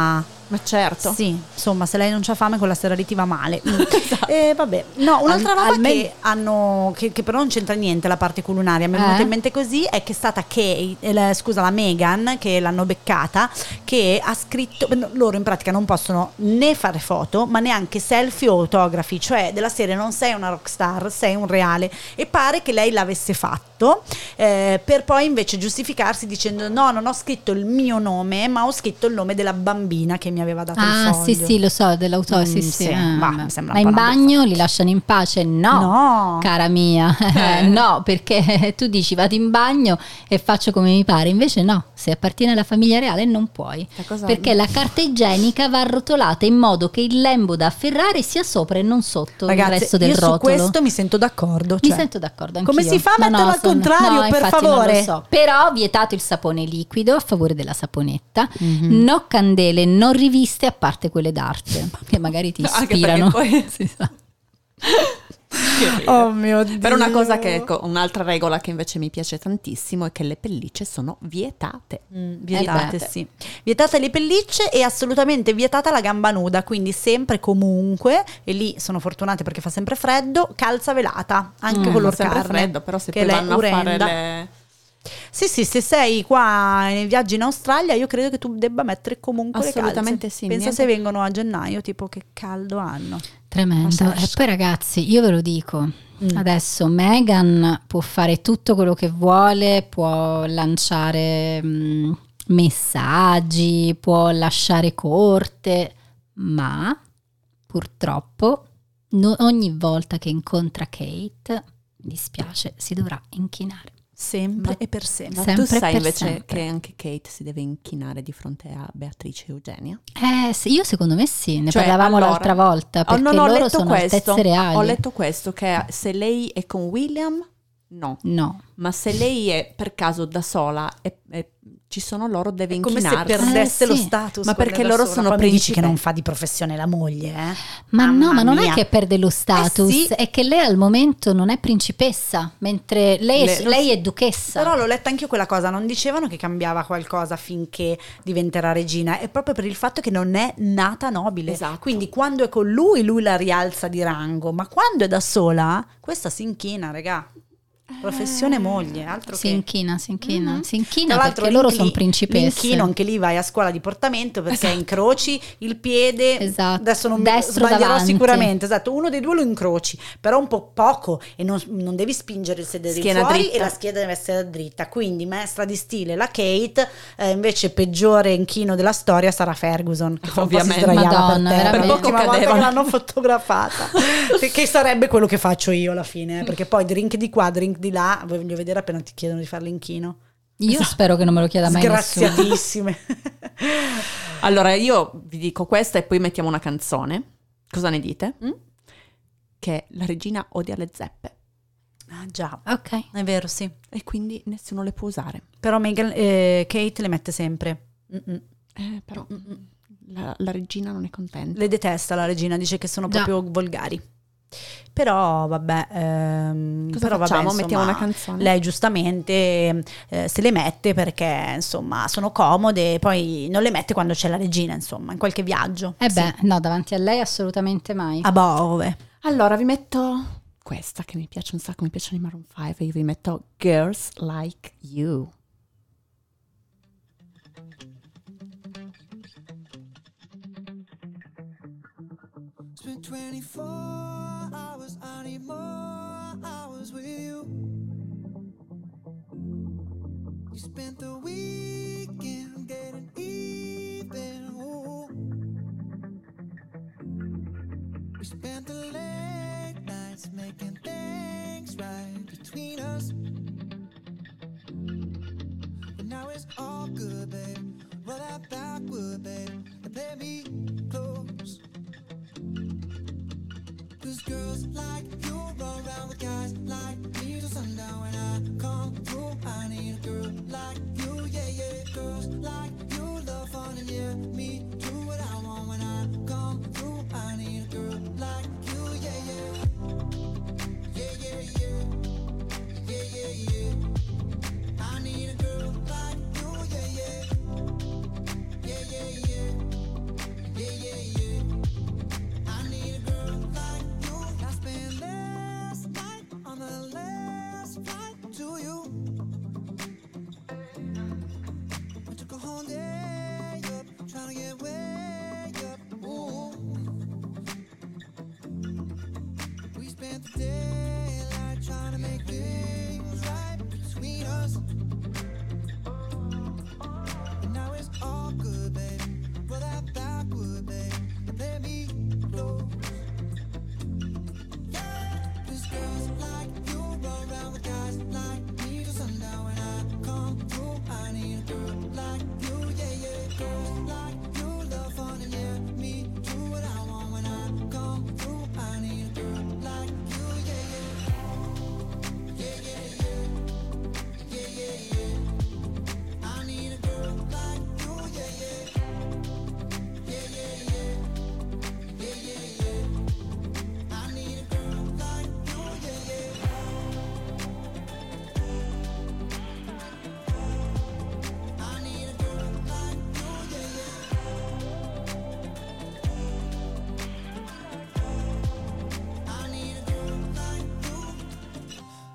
Ma certo. Sì, insomma, se lei non c'ha fame quella sera lì ti va male. Esatto. E vabbè. No, un'altra Al- roba almeno- che hanno che, che però non c'entra niente la parte culinaria, mi è Eh? venuta in mente così, è che è stata Kate, eh, la- scusa, la Meghan, che l'hanno beccata, che ha scritto, loro in pratica non possono né fare foto, ma neanche selfie o autografi, cioè della serie non sei una rockstar, sei un reale, e pare che lei l'avesse fatto, eh, per poi invece giustificarsi dicendo no, non ho scritto il mio nome, ma ho scritto il nome della bambina che mi aveva dato il Ah, foglio. sì, sì, lo so, dell'auto, Mm, sì, sì, sì. ah, ma vabbè. mi sembra Ma un in po' una bagno li lasciano in pace? No, No. cara mia, Eh. no, perché tu dici vado in bagno e faccio come mi pare, invece no, se appartiene alla famiglia reale non puoi, Che cosa- perché la carta igienica va arrotolata in modo che il lembo da afferrare sia sopra e non sotto il Ragazzi, resto del io su rotolo. questo mi sento d'accordo. Mi cioè. sento d'accordo anch'io. Come si fa a No, no, metterlo al sono- contrario, no, per infatti non favore? lo so. Però vietato il sapone liquido a favore della saponetta, Mhm. no candele, non riviste a parte quelle d'arte che magari ti Anche ispirano. perché poi- Si sa. Che ridere. Oh mio Dio. Per una cosa che, ecco, un'altra regola che invece mi piace tantissimo è che le pellicce sono vietate. Mm, vietate, Eh beh. sì. Vietate le pellicce e assolutamente vietata la gamba nuda, quindi sempre comunque, e lì sono fortunate perché fa sempre freddo, calza velata, anche Mm, color Fa sempre carne. freddo, però se che poi lei vanno a fare urenda. le... Sì, sì, se sei qua nei viaggi in Australia, io credo che tu debba mettere comunque Assolutamente le calze. sì, Pensa niente. se vengono a gennaio, tipo che caldo hanno. Tremendo. Ma E sai- poi ragazzi, io ve lo dico, Mm. adesso Meghan può fare tutto quello che vuole, può lanciare mh, messaggi, può lasciare corte, ma purtroppo no- ogni volta che incontra Kate, mi dispiace, si dovrà inchinare. Sempre Ma- e per sempre. Ma Sempre tu sai per invece sempre. che anche Kate si deve inchinare di fronte a Beatrice e Eugenia? Eh, sì, io secondo me sì, ne Cioè, parlavamo allora- l'altra volta, Oh, perché non ho loro letto sono questo, altezze reali. ho letto questo, che se lei è con William, no. No. Ma se lei è per caso da sola e, e ci sono loro, deve È come se inchinarsi. perdesse Eh, lo sì. status. Ma quella perché da loro sola. sono Poi mi dici principe. che non fa di professione la moglie, eh? Ma Mamma no, ma non mia. è che perde lo status, Eh sì. è che lei al momento non è principessa, mentre lei, è, Le- lei è duchessa. Però l'ho letta anche io quella cosa, non dicevano che cambiava qualcosa finché diventerà regina, è proprio per il fatto che non è nata nobile. Esatto. Quindi quando è con lui, lui la rialza di rango, ma quando è da sola, questa si inchina, regà. Professione moglie, altro si che... inchina, si inchina, Mhm. si inchina Tra l'altro perché loro l'incli- sono principesse. L'inchino, anche lì vai a scuola di portamento perché incroci il piede, Esatto. adesso non mi Destro sbaglierò davanti. sicuramente, esatto, uno dei due lo incroci, però un po' poco e non, non devi spingere il sedere Schiena fuori dritta. e la schiena deve essere dritta, quindi maestra di stile la Kate, eh, invece peggiore inchino della storia sarà Ferguson, che fra un po' si Ovviamente. sdraiava Madonna, per terra, veramente. l'ultima Per poco volta che cadevano. l'hanno fotografata, che sarebbe quello che faccio io alla fine, eh, perché poi drink di qua, drink di là, voglio vedere appena ti chiedono di fare l'inchino. Io spero che non me lo chieda mai nessuno. Sgraziatissime. Allora io vi dico questa e poi mettiamo una canzone. Cosa ne dite? Mm? Che la regina odia le zeppe Ah già, Ok. è vero, sì. e quindi nessuno le può usare. Però Meghan, eh, Kate le mette sempre. Mm-mm. Eh, però la, la regina non è contenta. Le detesta la regina, dice che sono Già. proprio volgari. Però vabbè, ehm, Cosa però, vabbè, facciamo? insomma, Mettiamo una canzone? Lei giustamente eh, se le mette perché insomma sono comode, poi non le mette quando c'è la regina, insomma, in qualche viaggio. Eh Sì. beh, no, davanti a lei assolutamente mai. A Bove. Allora vi metto questa che mi piace un sacco, mi piacciono i Maroon cinque e io vi metto Girls Like You. Spent twenty-four hours, I need more hours with you. You spent the weekend getting even. Ooh. We spent the late nights making things right between us. But now it's all good, babe. Roll that backward, babe, and play me close. Cause girls like you run around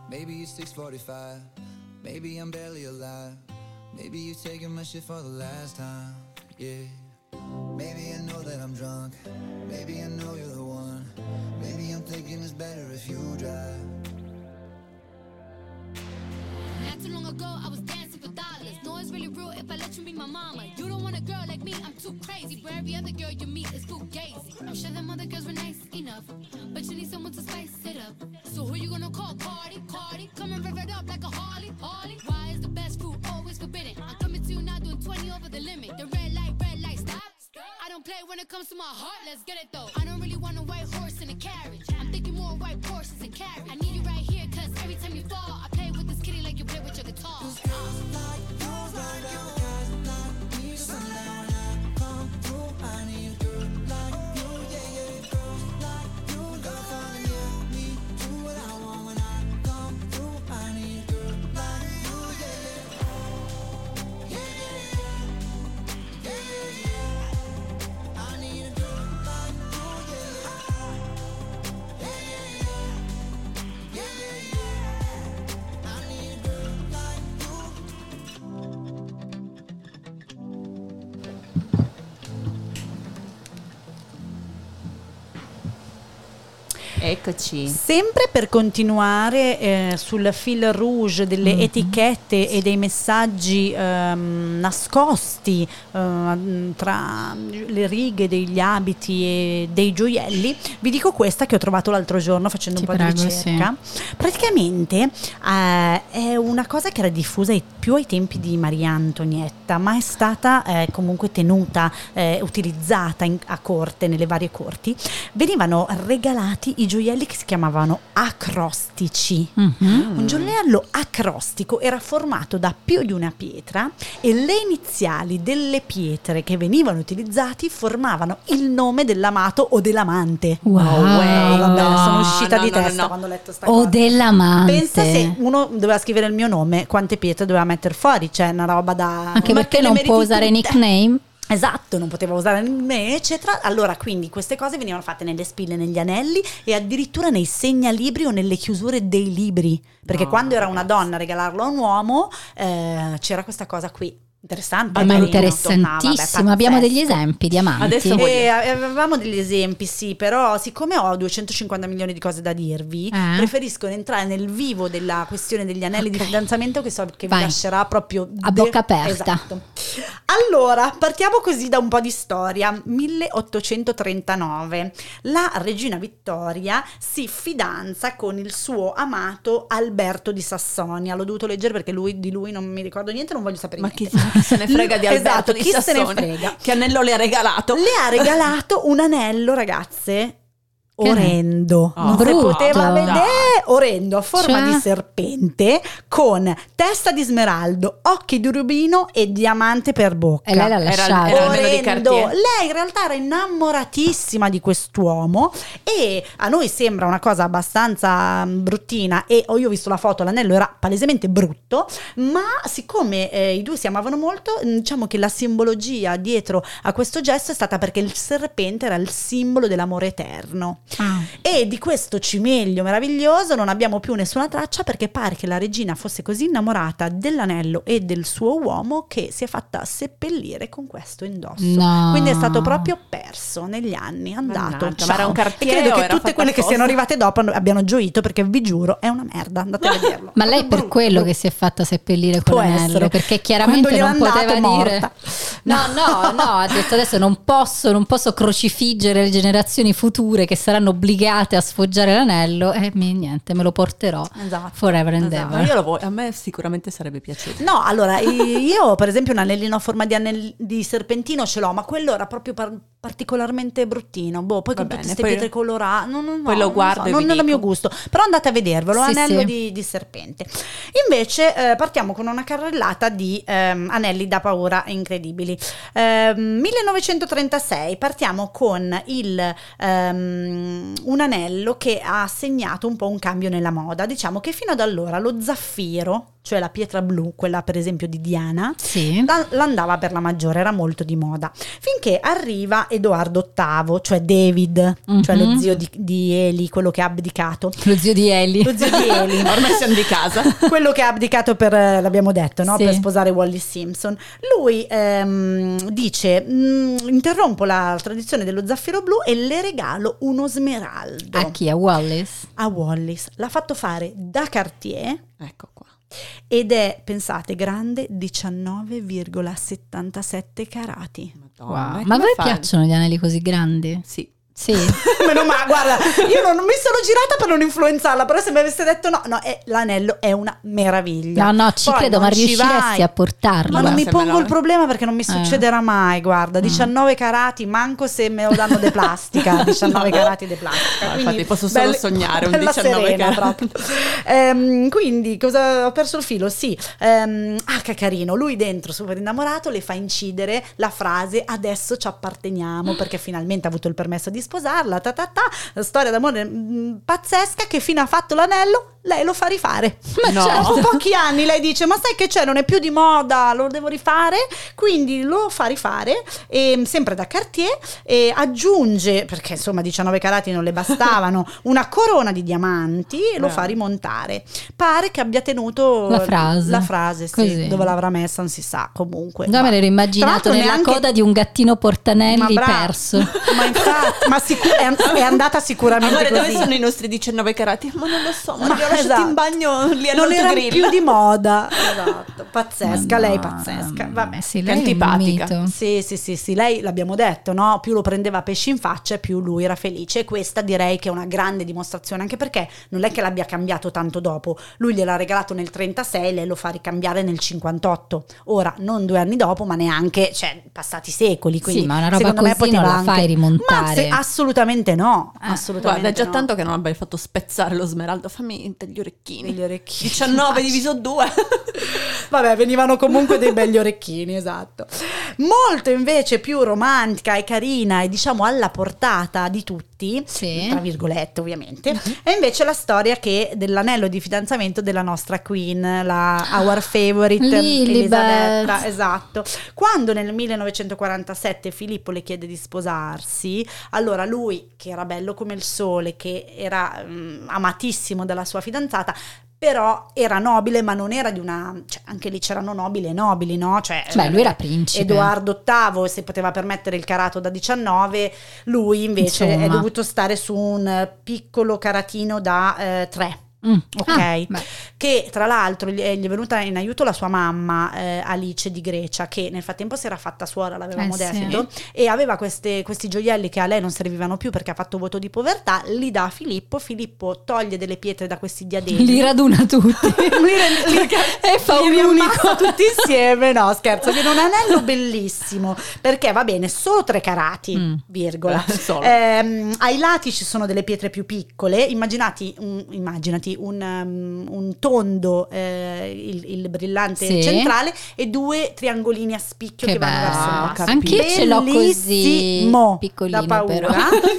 Maybe it's six forty-five. Maybe I'm barely alive. Maybe you're taking my shit for the last time. Yeah. Maybe I know that I'm drunk. Maybe I know you're the one. Maybe I'm thinking it's better if you drive. Not too long ago, I was dancing for dollars. No, it's really real if I let you be my mama. You don't want a girl like me, I'm too crazy. For every other girl you meet is fugazi. I'm sure them other girls were nice enough, but you need someone to spice it up. So who you gonna call? Cardi, Cardi. Come and rev it up like a Harley, Harley. Why is the best food always forbidden? I'm coming to you now doing twenty over the limit. The red light, red light, stop. I don't play when it comes to my heart, let's get it though. I don't really want a white horse in a carriage. I'm thinking more white horses and carriage. I need you right here, cause every time you fall, I play with this kitty like you play with your guitar. Cause girls like you, like you, guys like me. So now when I come through, I need a girl like you, yeah, yeah. Girls like you, girl, falling, yeah. Me, do what I want when I come through. I need a girl like you, yeah, yeah. Yeah, yeah, yeah. Yeah, yeah, yeah. Eccoci. Sempre per continuare eh, sul fil rouge delle mm-hmm. etichette e dei messaggi ehm, nascosti eh, tra le righe degli abiti e dei gioielli, vi dico questa che ho trovato l'altro giorno facendo Ti un po' prego, di ricerca. Sì. Praticamente eh, è una cosa che era diffusa più ai tempi di Maria Antonietta, ma è stata eh, comunque tenuta, eh, utilizzata in, a corte, nelle varie corti. Venivano regalati i gioielli che si chiamavano acrostici. Mm-hmm. Un gioiello acrostico era formato da più di una pietra e le iniziali delle pietre che venivano utilizzati formavano il nome dell'amato o dell'amante. Wow, oh, wow. Vabbè, no, sono uscita no, di no, testa no. quando ho letto sta o cosa. dell'amante. Pensa se uno doveva scrivere il mio nome, quante pietre doveva mettere fuori, cioè una roba da... Anche perché non può usare tutte. Nickname. Esatto, non poteva usare me, eccetera. Allora, quindi queste cose venivano fatte nelle spille, negli anelli e addirittura nei segnalibri o nelle chiusure dei libri. Perché No, quando era ragazzi. una donna a regalarlo a un uomo, eh, c'era questa cosa qui. Interessante, Ah, ma carino. interessantissimo. No, vabbè, Abbiamo degli pazzesco. esempi di amanti. Adesso voglio- E avevamo degli esempi, sì, però siccome ho duecentocinquanta milioni di cose da dirvi, Eh? preferisco entrare nel vivo della questione degli anelli Ok. di fidanzamento che so che Vai. vi lascerà proprio A bocca aperta. Esatto. Allora, partiamo così da un po' di storia. milleottocentotrentanove. La regina Vittoria si fidanza con il suo amato Alberto di Sassonia. L'ho dovuto leggere perché lui, di lui non mi ricordo niente, non voglio sapere Ma niente. chi, chi se ne frega di Alberto Esatto, di chi se ne Sassone? frega. Che anello le ha regalato? Le ha regalato un anello, ragazze, Che orrendo. Oh, non si brutto. poteva Dai. vedere, orrendo, a forma Cioè? di serpente, con testa di smeraldo, occhi di rubino e diamante per bocca. E lei l'ha Era- lasciato. era- l'anello di Orrendo. Cartier. Lei in realtà era innamoratissima di quest'uomo e a noi sembra una cosa abbastanza mm, bruttina e oh, io ho visto la foto, l'anello era palesemente brutto, ma siccome eh, i due si amavano molto, mm, diciamo che la simbologia dietro a questo gesto è stata perché il serpente era il simbolo dell'amore eterno. Ah. E di questo cimelio meraviglioso non abbiamo più nessuna traccia perché pare che la regina fosse così innamorata dell'anello e del suo uomo che si è fatta seppellire con questo indosso. No. Quindi è stato proprio perso negli anni, andato. Mannaggia, ciao. ma era un e Cartier credo o che era tutte fatta quelle che apposta? siano arrivate dopo abbiano gioito perché vi giuro è una merda, andate a vederlo. Ma lei per Brutto, quello brutto. che si è fatta seppellire Può con l'anello, essere. perché chiaramente Quando non gliel'ha poteva dato, è dire morta. no, no, no, ha detto adesso non posso, non posso crocifiggere le generazioni future che saranno obbligate a sfoggiare l'anello e mi, niente, me lo porterò Esatto. forever and Esatto. Ma ever. io lo voglio, a me sicuramente sarebbe piaciuto. No, allora io per esempio un anellino a forma di, anell- di serpentino ce l'ho, ma quello era proprio par- particolarmente bruttino. Boh, poi Va con tutte bene, queste poi- pietre colorate, non, non, poi no, lo guardo non, e so, vi non è il dico. mio gusto. Però andate a vedervelo, Sì, anello sì. Di, di serpente. Invece eh, partiamo con una carrellata di ehm, anelli da paura incredibili. Ehm, millenovecentotrentasei partiamo con il ehm, um, un anello che ha segnato un po' un cambio nella moda. Diciamo che fino ad allora lo zaffiro, cioè la pietra blu, quella per esempio di Diana, Sì. la- l'andava per la maggiore, era molto di moda, finché arriva Edoardo ottavo, cioè David, cioè Mhm. lo zio di, di Eli, quello che ha abdicato. Lo zio di Eli. Lo zio di Eli, Ormai siamo di casa. quello che ha abdicato per, eh, l'abbiamo detto, no? Sì. Per sposare Wally Simpson. Lui ehm, dice: "Mm, interrompo la tradizione dello zaffiro blu e le regalo uno smeraldo A chi? A Wallace? a Wallis. L'ha fatto fare da Cartier Ecco qua. ed è, pensate, grande diciannove virgola settantasette carati. Madonna, Wow. e Ma a come voi fa? piacciono gli anelli così grandi? Sì. Sì. Meno male, guarda, io non mi sono girata per non influenzarla, però se mi avesse detto no, no, è, l'anello è una meraviglia. No, no, ci Poi credo, non ma ci riusciresti vai. a portarlo? Ma non mi se me pongo lo- il problema perché non mi succederà mai, guarda, diciannove carati, manco se me lo danno de plastica, diciannove carati de plastica. No, quindi infatti posso solo belle- sognare un bella diciannove serena carati. proprio. Ehm, quindi, cosa ho perso il filo? Sì, ehm, ah che carino, lui dentro super innamorato le fa incidere la frase adesso ci apparteniamo perché finalmente ha avuto il permesso di sposarla, ta ta ta, storia d'amore mh, pazzesca che fino ha fatto l'anello lei lo fa rifare. Ma No. certo. Dopo pochi anni lei dice ma sai che c'è, non è più di moda, lo devo rifare, quindi lo fa rifare e, sempre da Cartier, e aggiunge, perché insomma diciannove carati non le bastavano, una corona di diamanti e lo Beh. fa rimontare. Pare che abbia tenuto La frase. la frase, sì, Così. dove l'avrà messa non si sa, comunque. Già me l'ero Tra immaginato l'altro nella neanche- coda di un gattino portanelli Ma brava. perso. Ma infatti, ma sicu- è, è andata sicuramente Amore, dove così. sono i nostri diciannove carati? Ma non lo so, ma, Ma li ho lasciati esatto. in bagno lì Non erano all'autogrill. più di moda. Esatto, pazzesca, lei Madonna, pazzesca. Vabbè. sì, che lei è un antipatica. mito. Sì, sì, sì, sì, lei l'abbiamo detto, no? Più lo prendeva pesci in faccia e più lui era felice, e questa direi che è una grande dimostrazione, anche perché non è che l'abbia cambiato tanto dopo, lui gliel'ha regalato nel trentasei, lei lo fa ricambiare nel cinquantotto, ora non due anni dopo, ma neanche, cioè, passati secoli, quindi Sì, ma una roba secondo me così non poteva la fai anche- rimontare. Ma se- assolutamente no, Eh, assolutamente Guarda, è già no. tanto che non abbia fatto spezzare lo smeraldo. Fammi degli orecchini. Gli orecchini. diciannove diviso due. Vabbè, venivano comunque dei belli orecchini, esatto. Molto invece più romantica e carina e diciamo alla portata di tutti, Sì. tra virgolette ovviamente, è invece la storia che dell'anello di fidanzamento della nostra queen, la our favorite Lilibet. Elisabetta, esatto. Quando nel millenovecentoquarantasette Filippo le chiede di sposarsi, allora lui, che era bello come il sole, che era mm, amatissimo dalla sua fidanzata, però era nobile, ma non era di una, cioè anche lì c'erano nobili e nobili, no? Cioè, Beh, lui era principe. Edoardo ottavo, se poteva permettere il carato da diciannove, lui invece Insomma. è dovuto stare su un eh, piccolo caratino da eh, tre. Mm. Ok, Ah, beh. che tra l'altro gli è, gli è venuta in aiuto la sua mamma eh, Alice di Grecia, che nel frattempo si era fatta suora, l'avevamo Eh, sì. detto, e aveva queste- questi gioielli che a lei non servivano più perché ha fatto voto di povertà, li dà a Filippo, Filippo toglie delle pietre da questi diademi. Li raduna tutti. Lui re- li- e fa li un riammassa unico. tutti insieme, no scherzo, viene un anello bellissimo perché va bene solo tre carati, Mm. virgola. Eh, solo. Ehm, ai lati ci sono delle pietre più piccole, immaginati un, immaginati un, um, un tondo, eh, il, il brillante Sì. centrale e due triangolini a spicchio che, Che vanno verso il bello. basso. Anche io ce l'ho così Bellissimo, piccolino, da paura. però.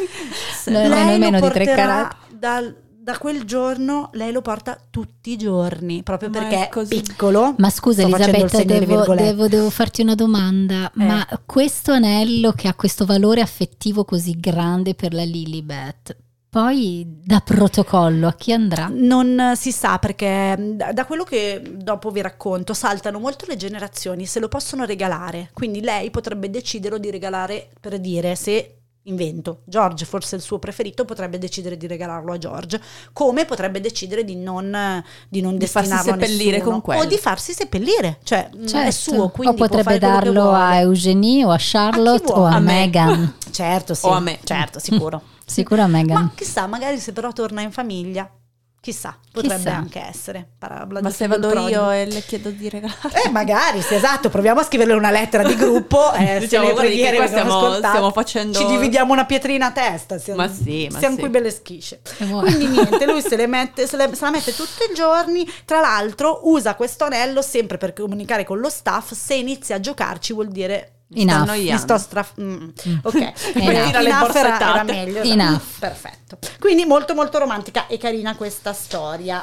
Non Lei è lo meno di tre porterà carati. dal- da quel giorno lei lo porta tutti i giorni proprio Ma perché è è così. piccolo. Ma scusa Sto facendo il Elisabetta, segno di devo, virgolette. devo- devo farti una domanda. Eh. Ma questo anello che ha questo valore affettivo così grande per la Lilibet, poi da protocollo a chi andrà? Non si sa perché da da quello che dopo vi racconto saltano molto le generazioni, se lo possono regalare, quindi lei potrebbe decidere di regalare, per dire, se invento George forse il suo preferito, potrebbe decidere di regalarlo a George, come potrebbe decidere di non, di non Di farsi destinarlo a seppellire nessuno, con quello. o di farsi seppellire, cioè mh, è Certo. suo, quindi o può potrebbe fare quello che darlo vuole. a Eugenie o a Charlotte vuole. o a, A me. Meghan. Certo, sì, O a me. certo, sicuro. Sicuro a Meghan. Ma chissà, magari se però torna in famiglia, chissà, potrebbe Chissà. anche essere. Parabla Ma di se figlio vado prodigo. io e le chiedo di regalare. Eh, magari, sì, esatto, proviamo a scriverle una lettera di gruppo, eh, se Diciamo, le guardi che preghiere qua vengono stiamo- ascoltate, stiamo facendo- ci dividiamo una pietrina a testa, siamo, Ma sì, ma siamo sì. qui belle schisce. vuoi? Quindi niente, lui se, le mette, se, le- se la mette tutti i giorni, tra l'altro usa questo anello sempre per comunicare con lo staff, se inizia a giocarci vuol dire Mi sto Enough. annoiando. Mi sto straf... mm. Ok, Enough. Quindi Tira le enough era, borsettate. era meglio. esatto. Enough. Perfetto. Quindi molto molto romantica e carina questa storia.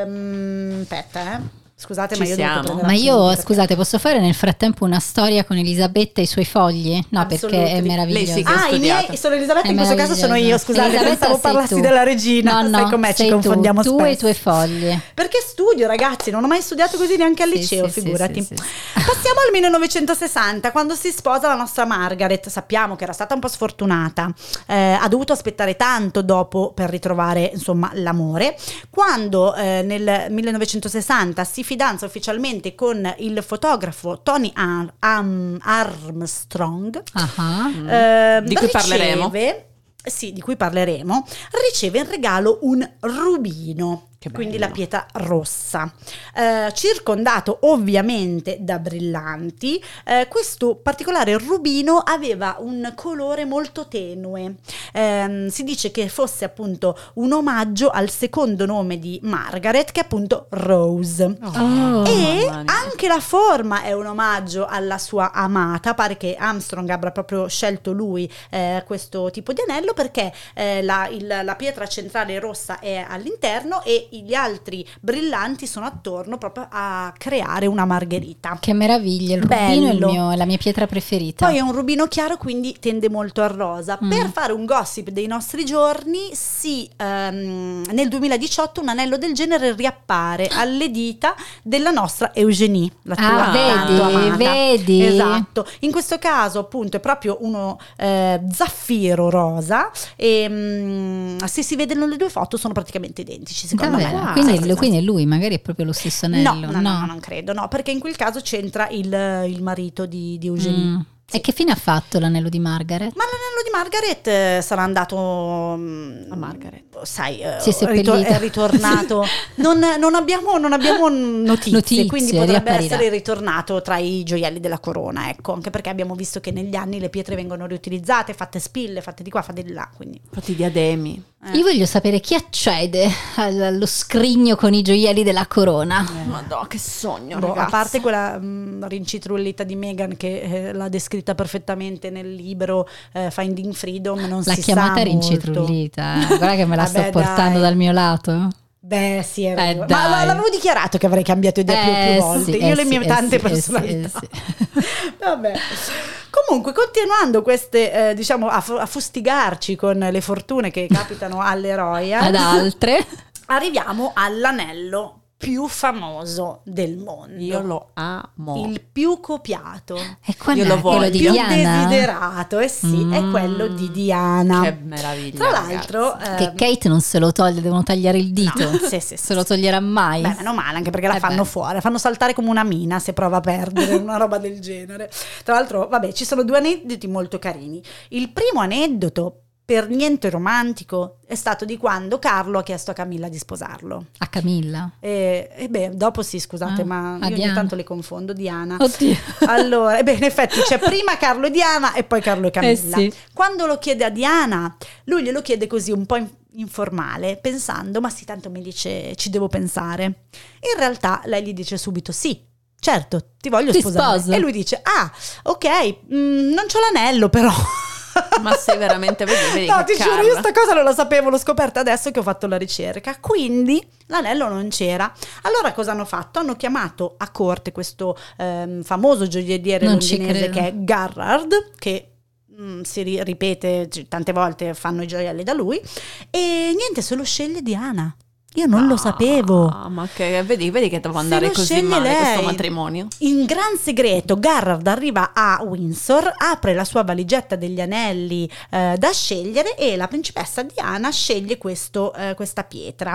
Ehm, aspetta, eh. Scusate, Ci ma io devo siamo. prendere Ma io, appunti perché- scusate, posso fare nel frattempo una storia con Elisabetta e i suoi fogli? No, perché è Assolutely. meraviglioso. Lei sì che- Ah, i studiato. miei sono Elisabetta, È in questo caso sono io, meraviglioso. scusate, Elisabetta pensavo sei parlassi tu. della regina, No, sai no, com'è, ci sei confondiamo tu, tu spesso. e i tuoi fogli. Perché studio, ragazzi, non ho mai studiato così neanche al Sì, liceo, sì, sì, figurati. sì, sì, Passiamo al millenovecentosessanta, quando si sposa la nostra Margaret. Sappiamo che era stata un po' sfortunata, eh, ha dovuto aspettare tanto dopo per ritrovare, insomma, l'amore. Quando eh, nel millenovecentosessanta si fidanza ufficialmente con il fotografo Tony Ar- Am- Armstrong, Ah, eh, Di cui parleremo. riceve- Sì, di cui parleremo. Riceve in regalo un rubino. Che Quindi bello. la pietra rossa, eh, circondato ovviamente da brillanti. Eh, questo particolare rubino aveva un colore molto tenue. Ehm, si dice che fosse appunto un omaggio al secondo nome di Margaret, che è appunto Rose. Oh. E mamma mia. anche la forma è un omaggio alla sua amata. Pare che Armstrong abbia proprio scelto lui eh, questo tipo di anello, perché eh, la, il- la pietra centrale rossa è all'interno e gli altri brillanti sono attorno, proprio a creare una margherita. Che meraviglia, il rubino è, il Bello. mio- è la mia pietra preferita. Poi è un rubino chiaro, quindi tende molto al rosa. Mm. Per fare un gossip dei nostri giorni, sì, ehm, nel duemiladiciotto un anello del genere riappare alle dita della nostra Eugenie, la tua Ah, tanto vedi, amata. vedi? Esatto. In questo caso, appunto, è proprio uno eh, zaffiro rosa e mm, se si vedono le due foto sono praticamente identici, secondo Davvero? me. Quindi, Sì, lo- sì, quindi è lui, magari è proprio lo stesso No, anello. no, no, no, non credo, no, perché in quel caso c'entra il, il marito di, di Eugenie. Mm. E che fine ha fatto l'anello di Margaret? Ma l'anello di Margaret eh, sarà andato mm, A Margaret. sai, eh, Si è ritor- seppellita. è ritornato. non, non abbiamo, non abbiamo notizie, Notizie, quindi potrebbe riapparirà. essere ritornato tra i gioielli della corona, ecco, anche perché abbiamo visto che negli anni le pietre vengono riutilizzate, fatte spille, fatte di qua, fatte di là, quindi Infatti diademi. Eh. Io voglio sapere chi accede al- allo scrigno con i gioielli della corona. Madonna, che sogno, boh, a ragazzi. parte quella mm, rincitrullita di Meghan che eh, l'ha descritta perfettamente nel libro eh, Finding Freedom, non L'ha si chiamata sa rincitrullita. molto. eh. Guarda che me la Vabbè, sto portando dai. dal mio lato. Beh, sì, è Eh, vero. dai. Ma l- l'avevo dichiarato che avrei cambiato idea più, Eh, più volte. sì, Io eh, le sì, mie eh, tante sì, eh, personalità. sì, eh, Vabbè. Comunque, continuando queste, eh, diciamo, a, fu- a fustigarci con le fortune che capitano all'eroe, Ad altre. arriviamo all'anello più famoso del mondo. Io lo amo. Il più copiato. E qual Io è lo quello voglio. di più Diana? desiderato, eh sì, è Mm. quello di Diana. Che meraviglia. Tra l'altro, ragazzi. eh, Che Kate non se lo toglie, devono tagliare il dito. No, sì, sì, sì, se lo sì. toglierà mai. beh, meno male, anche perché la Eh fanno beh. fuori, la fanno saltare come una mina se prova a perdere, una roba del genere. Tra l'altro, vabbè, ci sono due aneddoti molto carini. Il primo aneddoto, per niente romantico, è stato di quando Carlo ha chiesto a Camilla di sposarlo. A Camilla. E, e beh, dopo sì, scusate, Ah, ma a io ogni Diana. tanto le confondo, Diana. Oddio. Allora, e beh, in effetti c'è prima Carlo e Diana e poi Carlo e Camilla. Eh sì. Quando lo chiede a Diana, lui glielo chiede così un po' in- informale, pensando, ma sì, tanto mi dice ci devo pensare. In realtà lei gli dice subito sì. Certo, ti voglio Ti sposare. sposo. E lui dice, ah, ok, mm, non c'ho l'anello però. Ma sei veramente, vedi, vedi No, che ti giuro, Carla. io sta cosa non la sapevo, l'ho scoperta adesso che ho fatto la ricerca. Quindi l'anello non c'era. Allora cosa hanno fatto? Hanno chiamato a corte questo ehm, famoso gioielliere Non ci londinese credo. che è Garrard, che mm, si ri- ripete c- tante volte, fanno i gioielli da lui. E niente, se lo sceglie Diana. Io non lo sapevo. Ah, ma che vedi, vedi che devo Se andare lo così sceglie male questo lei. matrimonio. In gran segreto Garrard arriva a Windsor, apre la sua valigetta degli anelli eh, da scegliere e la principessa Diana sceglie questo, eh, questa pietra.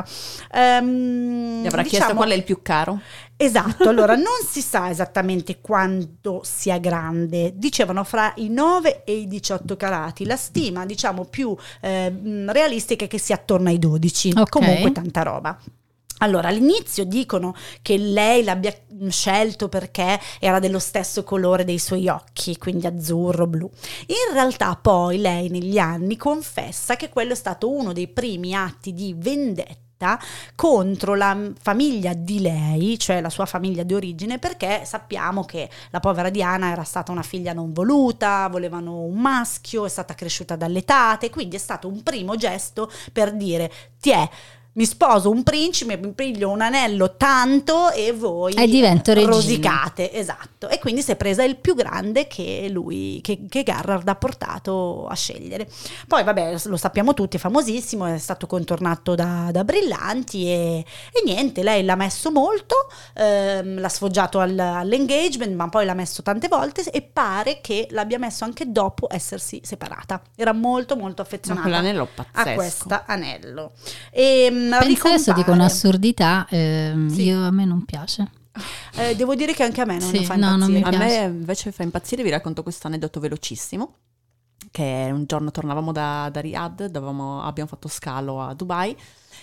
Ehm, Gli avrà chiesto diciamo- qual è il più caro. Esatto, allora non si sa esattamente quanto sia grande, dicevano fra i nove e i diciotto carati, la stima diciamo più eh, mh, realistica è che sia attorno ai dodici, Ok. comunque tanta roba. Allora all'inizio dicono che lei l'abbia mh, scelto perché era dello stesso colore dei suoi occhi, quindi azzurro, blu. In realtà poi lei negli anni confessa che quello è stato uno dei primi atti di vendetta vendetta contro la famiglia di lei, cioè la sua famiglia di origine, perché sappiamo che la povera Diana era stata una figlia non voluta, volevano un maschio, è stata cresciuta dalle tate, quindi è stato un primo gesto per dire: tiè, mi sposo un principe, mi piglio un anello tanto e voi e divento regina. Rosicate, esatto. E quindi si è presa il più grande che lui, che, che Garrard ha portato a scegliere. Poi vabbè, lo sappiamo tutti, è famosissimo, è stato contornato da, da brillanti e, e niente, lei l'ha messo molto, ehm, l'ha sfoggiato al, all'engagement, ma poi l'ha messo tante volte e pare che l'abbia messo anche dopo essersi separata. Era molto molto affezionata ma quell'anello pazzesco. a questo anello. E, penso, adesso dico ricompare. un'assurdità, ehm, Sì. io, a me non piace. Eh, devo dire che anche a me non Sì, mi fa no, non impazzire. mi A piace. me invece fa impazzire, vi racconto questo aneddoto velocissimo, che un giorno tornavamo da, da Riyadh, dovevamo, abbiamo fatto scalo a Dubai,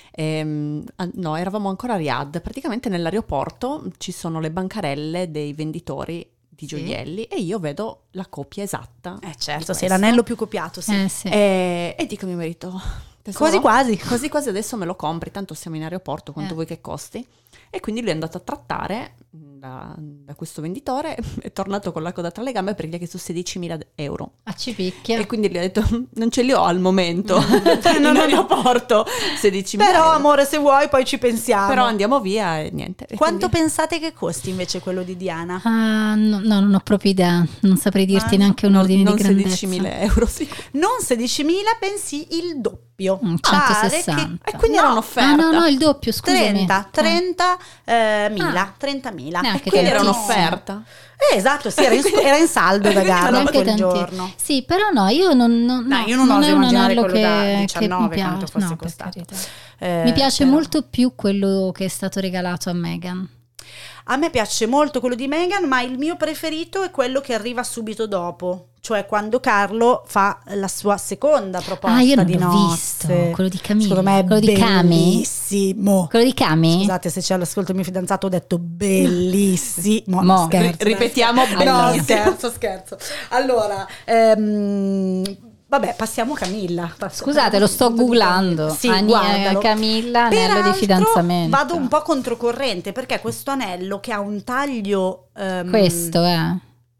ehm, ah, no, eravamo ancora a Riyadh, praticamente nell'aeroporto ci sono le bancarelle dei venditori di gioielli e io vedo la copia esatta. Eh di certo, questo. sì, l'anello più copiato, sì. Eh, sì. E, e dico a mio marito, tesoro, Quasi quasi. Quasi quasi adesso me lo compri, tanto siamo in aeroporto, quanto Eh. vuoi che costi? E quindi lui è andato a trattare da, da questo venditore, è tornato con la coda tra le gambe perché gli ha chiesto sedicimila euro. A ci picchia. E quindi gli ha detto, non ce li ho al momento, in aeroporto, sedicimila Però euro. amore, se vuoi poi ci pensiamo. Però andiamo via e niente. E Quanto quindi- pensate che costi invece quello di Diana? Ah, no, no, non ho proprio idea, non saprei dirti Ah, neanche un non, ordine non di grandezza. sedicimila euro sicuro. Non sedicimila, bensì il doppio. Mm, Pare centosessanta. E quindi No. era Ah un'offerta. no, no, il doppio, che scusami. trenta, trenta eh, mila, Ah. trentamila. Neanche E Quindi era tantissimo. un'offerta. Eh, esatto, sì, era in, era in saldo da Garrard Neanche quel tanti. giorno. Sì, però no, io non, non, Dai, no, io non oso è un immaginare anello quello da che, che mi diciannove, quanto piace. fosse No, per costato. carità. Eh, Mi piace però- molto più quello che è stato regalato a Meghan. A me piace molto quello di Meghan, ma il mio preferito è quello che arriva subito dopo, cioè quando Carlo fa la sua seconda proposta Ah, io non di l'ho nozze. visto, quello di Camilla, Secondo me è quello di Cami? bellissimo. Quello di Cami? Scusate se c'è l'ascolto il mio fidanzato, ho detto bellissimo. Mo. Scherzo. Ri- ripetiamo, No, bellissimo. scherzo, scherzo. Allora, ehm, vabbè, passiamo a Camilla. Scusate, lo sto googlando. Sì, Ani- guardalo. Camilla, anello di Peraltro, fidanzamento. vado un po' controcorrente perché questo anello che ha un taglio ehm, Questo è.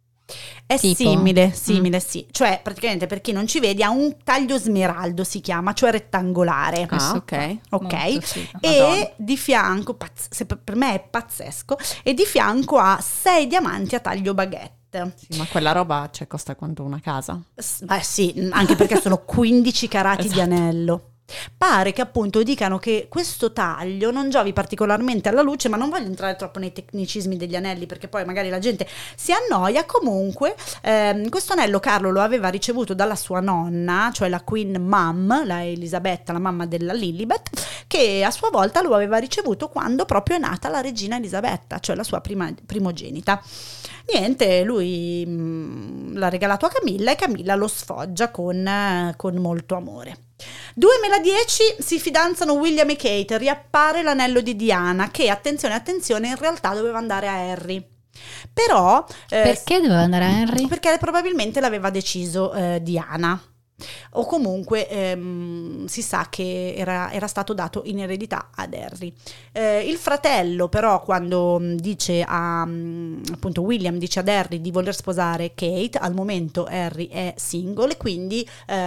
è tipo? simile, simile, sì. Cioè, praticamente per chi non ci vede, ha un taglio smeraldo, si chiama, cioè rettangolare. Ah, ok. Ok, Molto figo. e Madonna. di fianco, pazz- se per per me è pazzesco, e di fianco ha sei diamanti a taglio baguette. Sì, ma quella roba cioè, costa quanto una casa? S- Beh sì, anche perché sono quindici carati di anello. Pare che appunto dicano che questo taglio non giovi particolarmente alla luce, ma non voglio entrare troppo nei tecnicismi degli anelli perché poi magari la gente si annoia. Comunque ehm, questo anello Carlo lo aveva ricevuto dalla sua nonna, cioè la Queen Mum, la Elisabetta, la mamma della Lilibet, che a sua volta lo aveva ricevuto quando proprio è nata la regina Elisabetta, cioè la sua prima, primogenita. Niente, lui mh, l'ha regalato a Camilla e Camilla lo sfoggia con, eh, con molto amore. duemiladieci si fidanzano William e Kate, riappare l'anello di Diana che, attenzione, attenzione, in realtà doveva andare a Harry. Però... eh, Perché doveva andare a Henry? Perché probabilmente l'aveva deciso eh, Diana. O comunque ehm, si sa che era, era stato dato in eredità ad Harry. Eh, il fratello però quando mh, dice a mh, appunto William dice ad Harry di voler sposare Kate, al momento Harry è single e quindi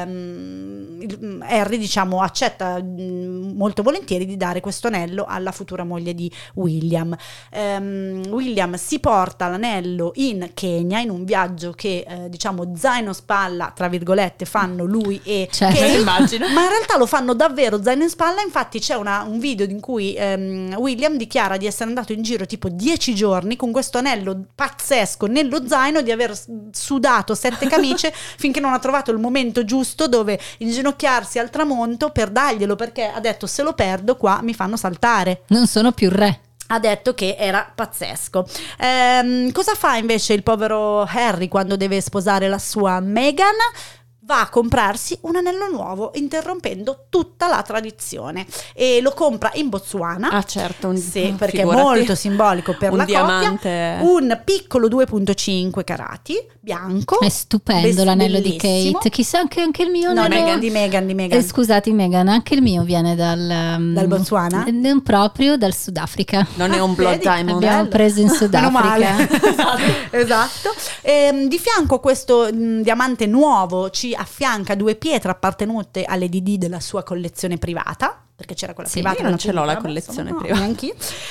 ehm, il- Harry diciamo accetta mh, molto volentieri di dare questo anello alla futura moglie di William. Ehm, William si porta l'anello in Kenya in un viaggio che eh, diciamo zaino spalla tra virgolette fanno lui e Certo. Kate, Immagino. ma in realtà lo fanno davvero zaino in spalla. Infatti c'è una- un video in cui ehm, William dichiara di essere andato in giro tipo dieci giorni con questo anello pazzesco nello zaino, di aver s- sudato sette camicie finché non ha trovato il momento giusto dove inginocchiarsi al tramonto per darglielo, perché ha detto se lo perdo qua mi fanno saltare. Non sono più re. Ha detto che era pazzesco. Ehm, cosa fa invece il povero Harry quando deve sposare la sua Meghan? va a comprarsi un anello nuovo, interrompendo tutta la tradizione, e lo compra in Botswana. Ah certo, un, sì, perché figurati. è molto simbolico per un la diamante. coppia. Un piccolo due virgola cinque carati, bianco. È stupendo bes- l'anello bellissimo. di Kate. Chissà anche, anche il mio No, anello. Meghan, di Meghan, di Meghan. Eh, scusati Meghan, anche il mio viene dal um, Dal Botswana? Non proprio, dal Sudafrica. Non è un blood Vedi? diamond. Abbiamo bello. preso in Meno male. Sudafrica. Esatto. Ehm, di fianco questo mh, diamante nuovo ci affianca due pietre appartenute alle D D della sua collezione privata, perché c'era quella Sì, privata. io non quella ce l'ho la pubblica, collezione insomma, no, privata. neanch'io.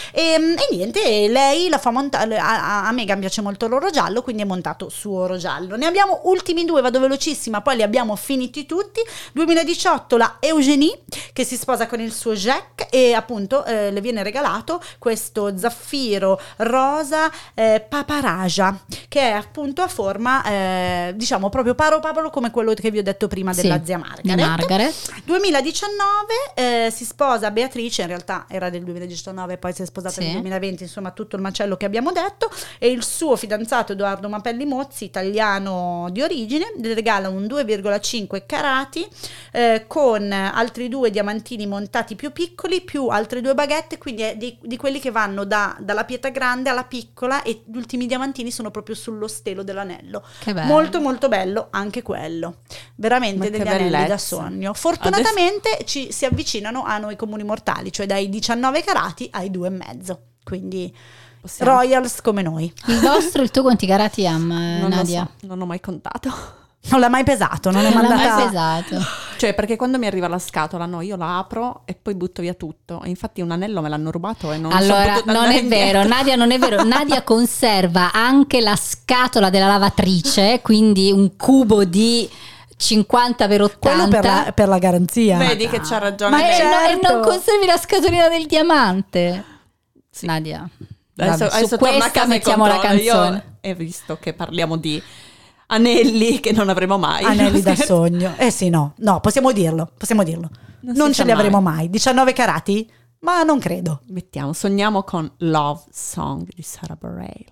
E, e niente, lei la fa montare. A, a Meghan piace molto l'oro giallo, quindi è montato su oro giallo. Ne abbiamo ultimi due, vado velocissima, poi li abbiamo finiti tutti. duemiladiciotto la Eugenie, che si sposa con il suo Jack, e appunto eh, le viene regalato questo zaffiro rosa eh, paparaja, che è appunto a forma eh, diciamo proprio paro paro come quello che vi ho detto prima Sì, della zia di Margaret. Margaret. duemiladiciannove eh, si sposa Beatrice, in realtà era del duemiladiciannove, poi si è sposata Sì. nel duemilaventi, insomma tutto il macello che abbiamo detto, e il suo fidanzato Edoardo Mapelli Mozzi, italiano di origine, le regala un due virgola cinque carati eh, con altri due diamantini montati più piccoli, più altre due baguette, quindi è di, di quelli che vanno da, dalla pietra grande alla piccola, e gli ultimi diamantini sono proprio sullo stelo dell'anello. Che bello. Molto molto bello anche quello, veramente Ma che degli anelli bellezza. da sogno. Fortunatamente ci si avvicinano a noi comuni mortali, cioè dai diciannove carati ai due e mezzo, quindi Possiamo- royals come noi. Il vostro, il tuo quanti carati ha, eh, Non lo Nadia? so, non ho mai contato. Non l'ha mai pesato, non è Non l'ha mandata. mai pesato. Cioè, perché quando mi arriva la scatola, no, io la apro e poi butto via tutto. E infatti un anello me l'hanno rubato e non sono Allora, potuta non andare è vero, indietro. Nadia non è vero. Nadia conserva anche la scatola della lavatrice, quindi un cubo di cinquanta per Quello ottanta. per la, per la garanzia. Vedi che c'ha ragione. Ma lei. e no- e certo. non conservi la scatolina del diamante. Sì. Nadia. Adesso, Vabbè, adesso su torna a questa casa e mettiamo la controlla. canzone. Io, e visto che parliamo di anelli che non avremo mai. Anelli da sogno. Eh sì, no, no, possiamo dirlo, possiamo dirlo. Non Non, si ce sa li mai. avremo mai. diciannove carati? Ma non credo. Mettiamo, sogniamo con Love Song di Sarah Bareilles.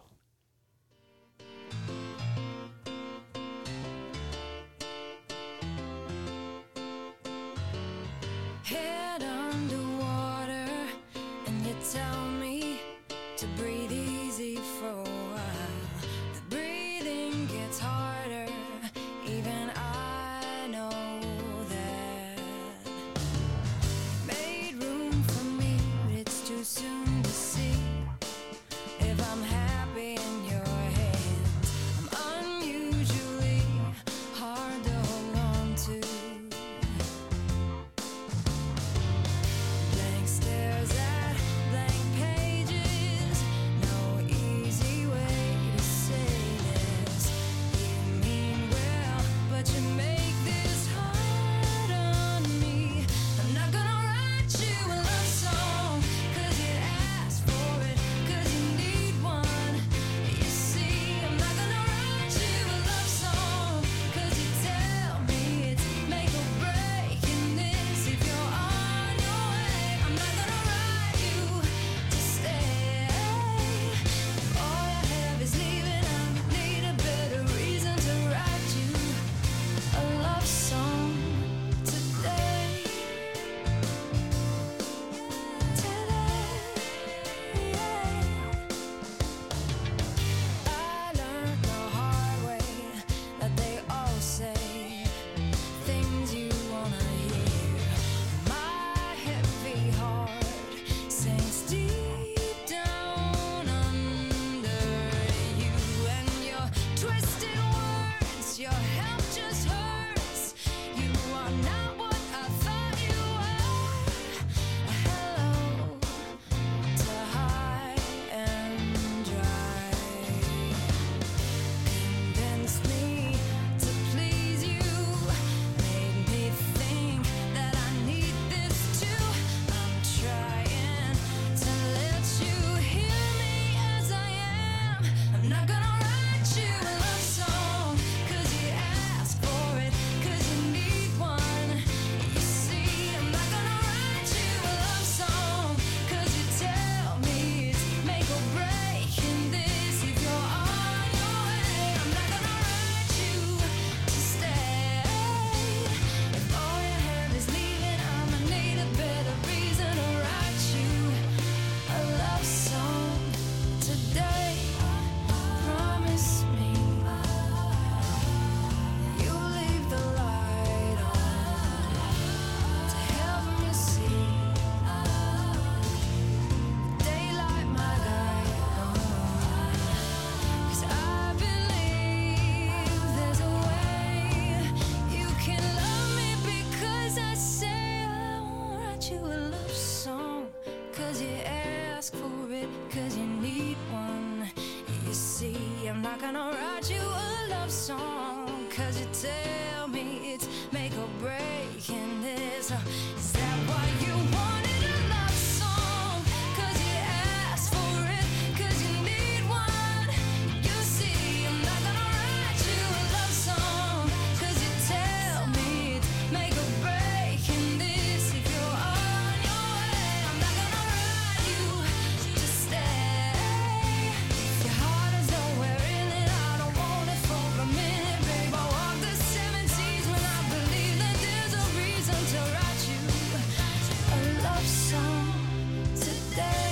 Head underwater, and you tell me to breathe easy for a while. The breathing gets harder, even I know that. Made room for me, but it's too soon to see if I'm happy in your hands. I'm unusually hard to hold on to. Blank stares at blank pages, it, cause you need one. You see, I'm not gonna write you a love song, cause you tell me it's make or break in this. Uh, is that why you wanted a love song? Cause you asked for it, cause you need one. You see, I'm not gonna write you a love song, cause you tell me it's make or break in this. If you're on your way, I'm not gonna write you to stay. Your heart is nowhere in it, I don't want it for a minute, babe. I walk the seven seas when I believe that there's a reason to write you a love song today.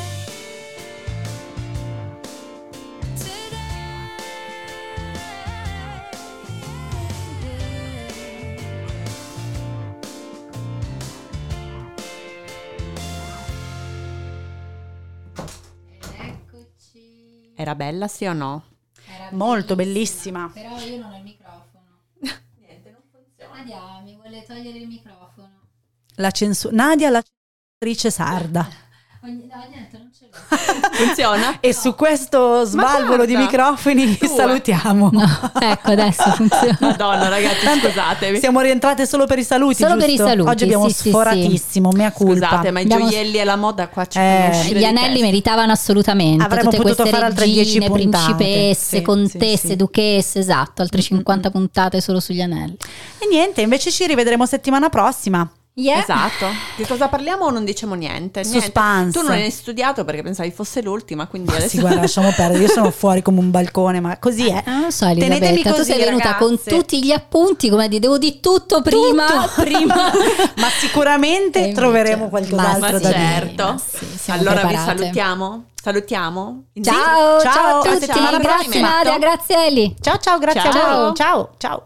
Eccoci. Era bella, sì o no? Era Molto bellissima. bellissima. Però io non ho il microfono. Niente, non funziona. Nadia, mi vuole togliere il microfono? La censu- Nadia, la censuratrice sarda. Ogni- no, niente, non ce l'ho. Funziona? E su questo svalvolo di guarda, microfoni due. salutiamo. Ecco, adesso funziona. Madonna, ragazzi, scusatemi. Siamo rientrate solo per i saluti, Solo per giusto? i saluti, Oggi abbiamo sì, sì, sforatissimo, mea culpa. Scusate, ma i Abbiamo- gioielli e la moda qua ci Eh, fanno uscire Gli di anelli testa. meritavano assolutamente. Avremmo tutte potuto queste fare altre dieci regine, puntate. principesse, Sì, contesse, sì, sì. duchesse, esatto, altre cinquanta puntate solo sugli anelli. E niente, invece ci rivedremo settimana prossima. Yeah. Esatto. Di cosa parliamo o non diciamo niente? Niente. Suspense. Tu non hai studiato perché pensavi fosse l'ultima, quindi Ma adesso sì, guarda, lasciamo perdere, io sono fuori come un balcone, ma così è. Non lo so, Tenetemi Elisabetta, tu così, sei venuta ragazze. con tutti gli appunti, come di devo di tutto prima. Tutto prima. Ma E sicuramente invece- troveremo qualcos'altro ma da dire. certo. Ma sì, siamo allora preparate. vi salutiamo. Salutiamo. Ciao, Sì, ciao, ciao, a a tutti, settimana grazie prossima. Nadia, grazie Eli. Ciao ciao, grazie Ciao. a voi. Ciao, ciao.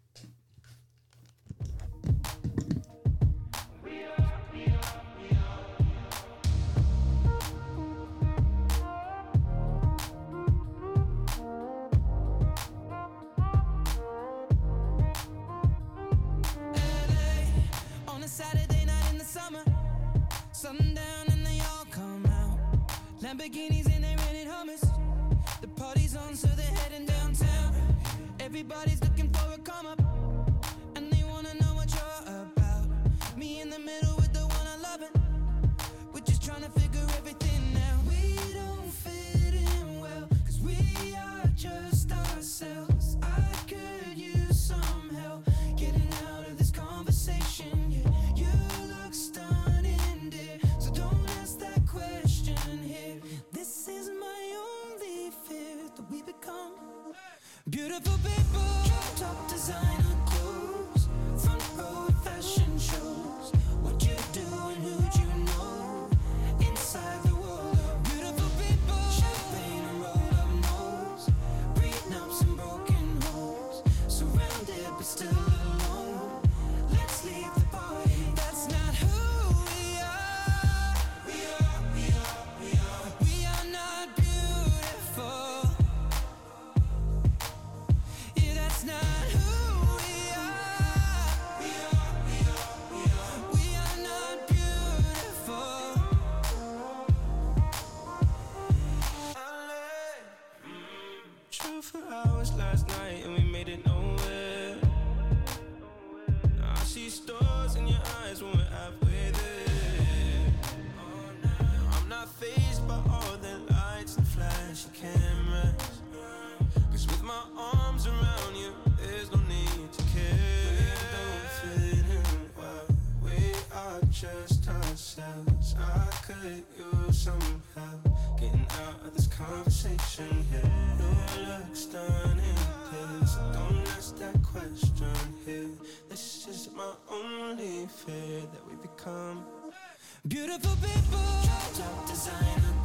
On a Saturday night in the summer, sundown and they all come out. Lamborghinis and they rented hummus. The party's on, so they're heading downtown. Everybody's looking for a come up, and they wanna know what you're about. Me in the middle with the one I love it. We're just trying to figure everything out. We don't fit in well, cause we are just ourselves. I could use some help getting out of this conversation. Yeah, you look stunning, dear, so don't ask that question here. This is my only fear, that we become beautiful people. Top designer clothes, front row fashion shows. What you do and who'd you know? Inside the world of beautiful people. Champagne and roll up nose, prenups and broken homes. Surrounded but still alone. Let's leave the party. That's not who we are. We are, we are, we are. We are not beautiful. Yeah, that's not who we are. We are, we are, we are. We are not beautiful. True for hours last night and we made it nowhere. Now I see stars in your eyes when we're halfway there. Oh, now I'm not fazed by all the lights and flashy cameras. Cause with my arms around you, there's no need to care. We don't fit in well, we are just ourselves. I could use some help getting out of this conversation here. You look stunning, please, so don't ask that question here. This is my only fear, that we become beautiful people. Top designer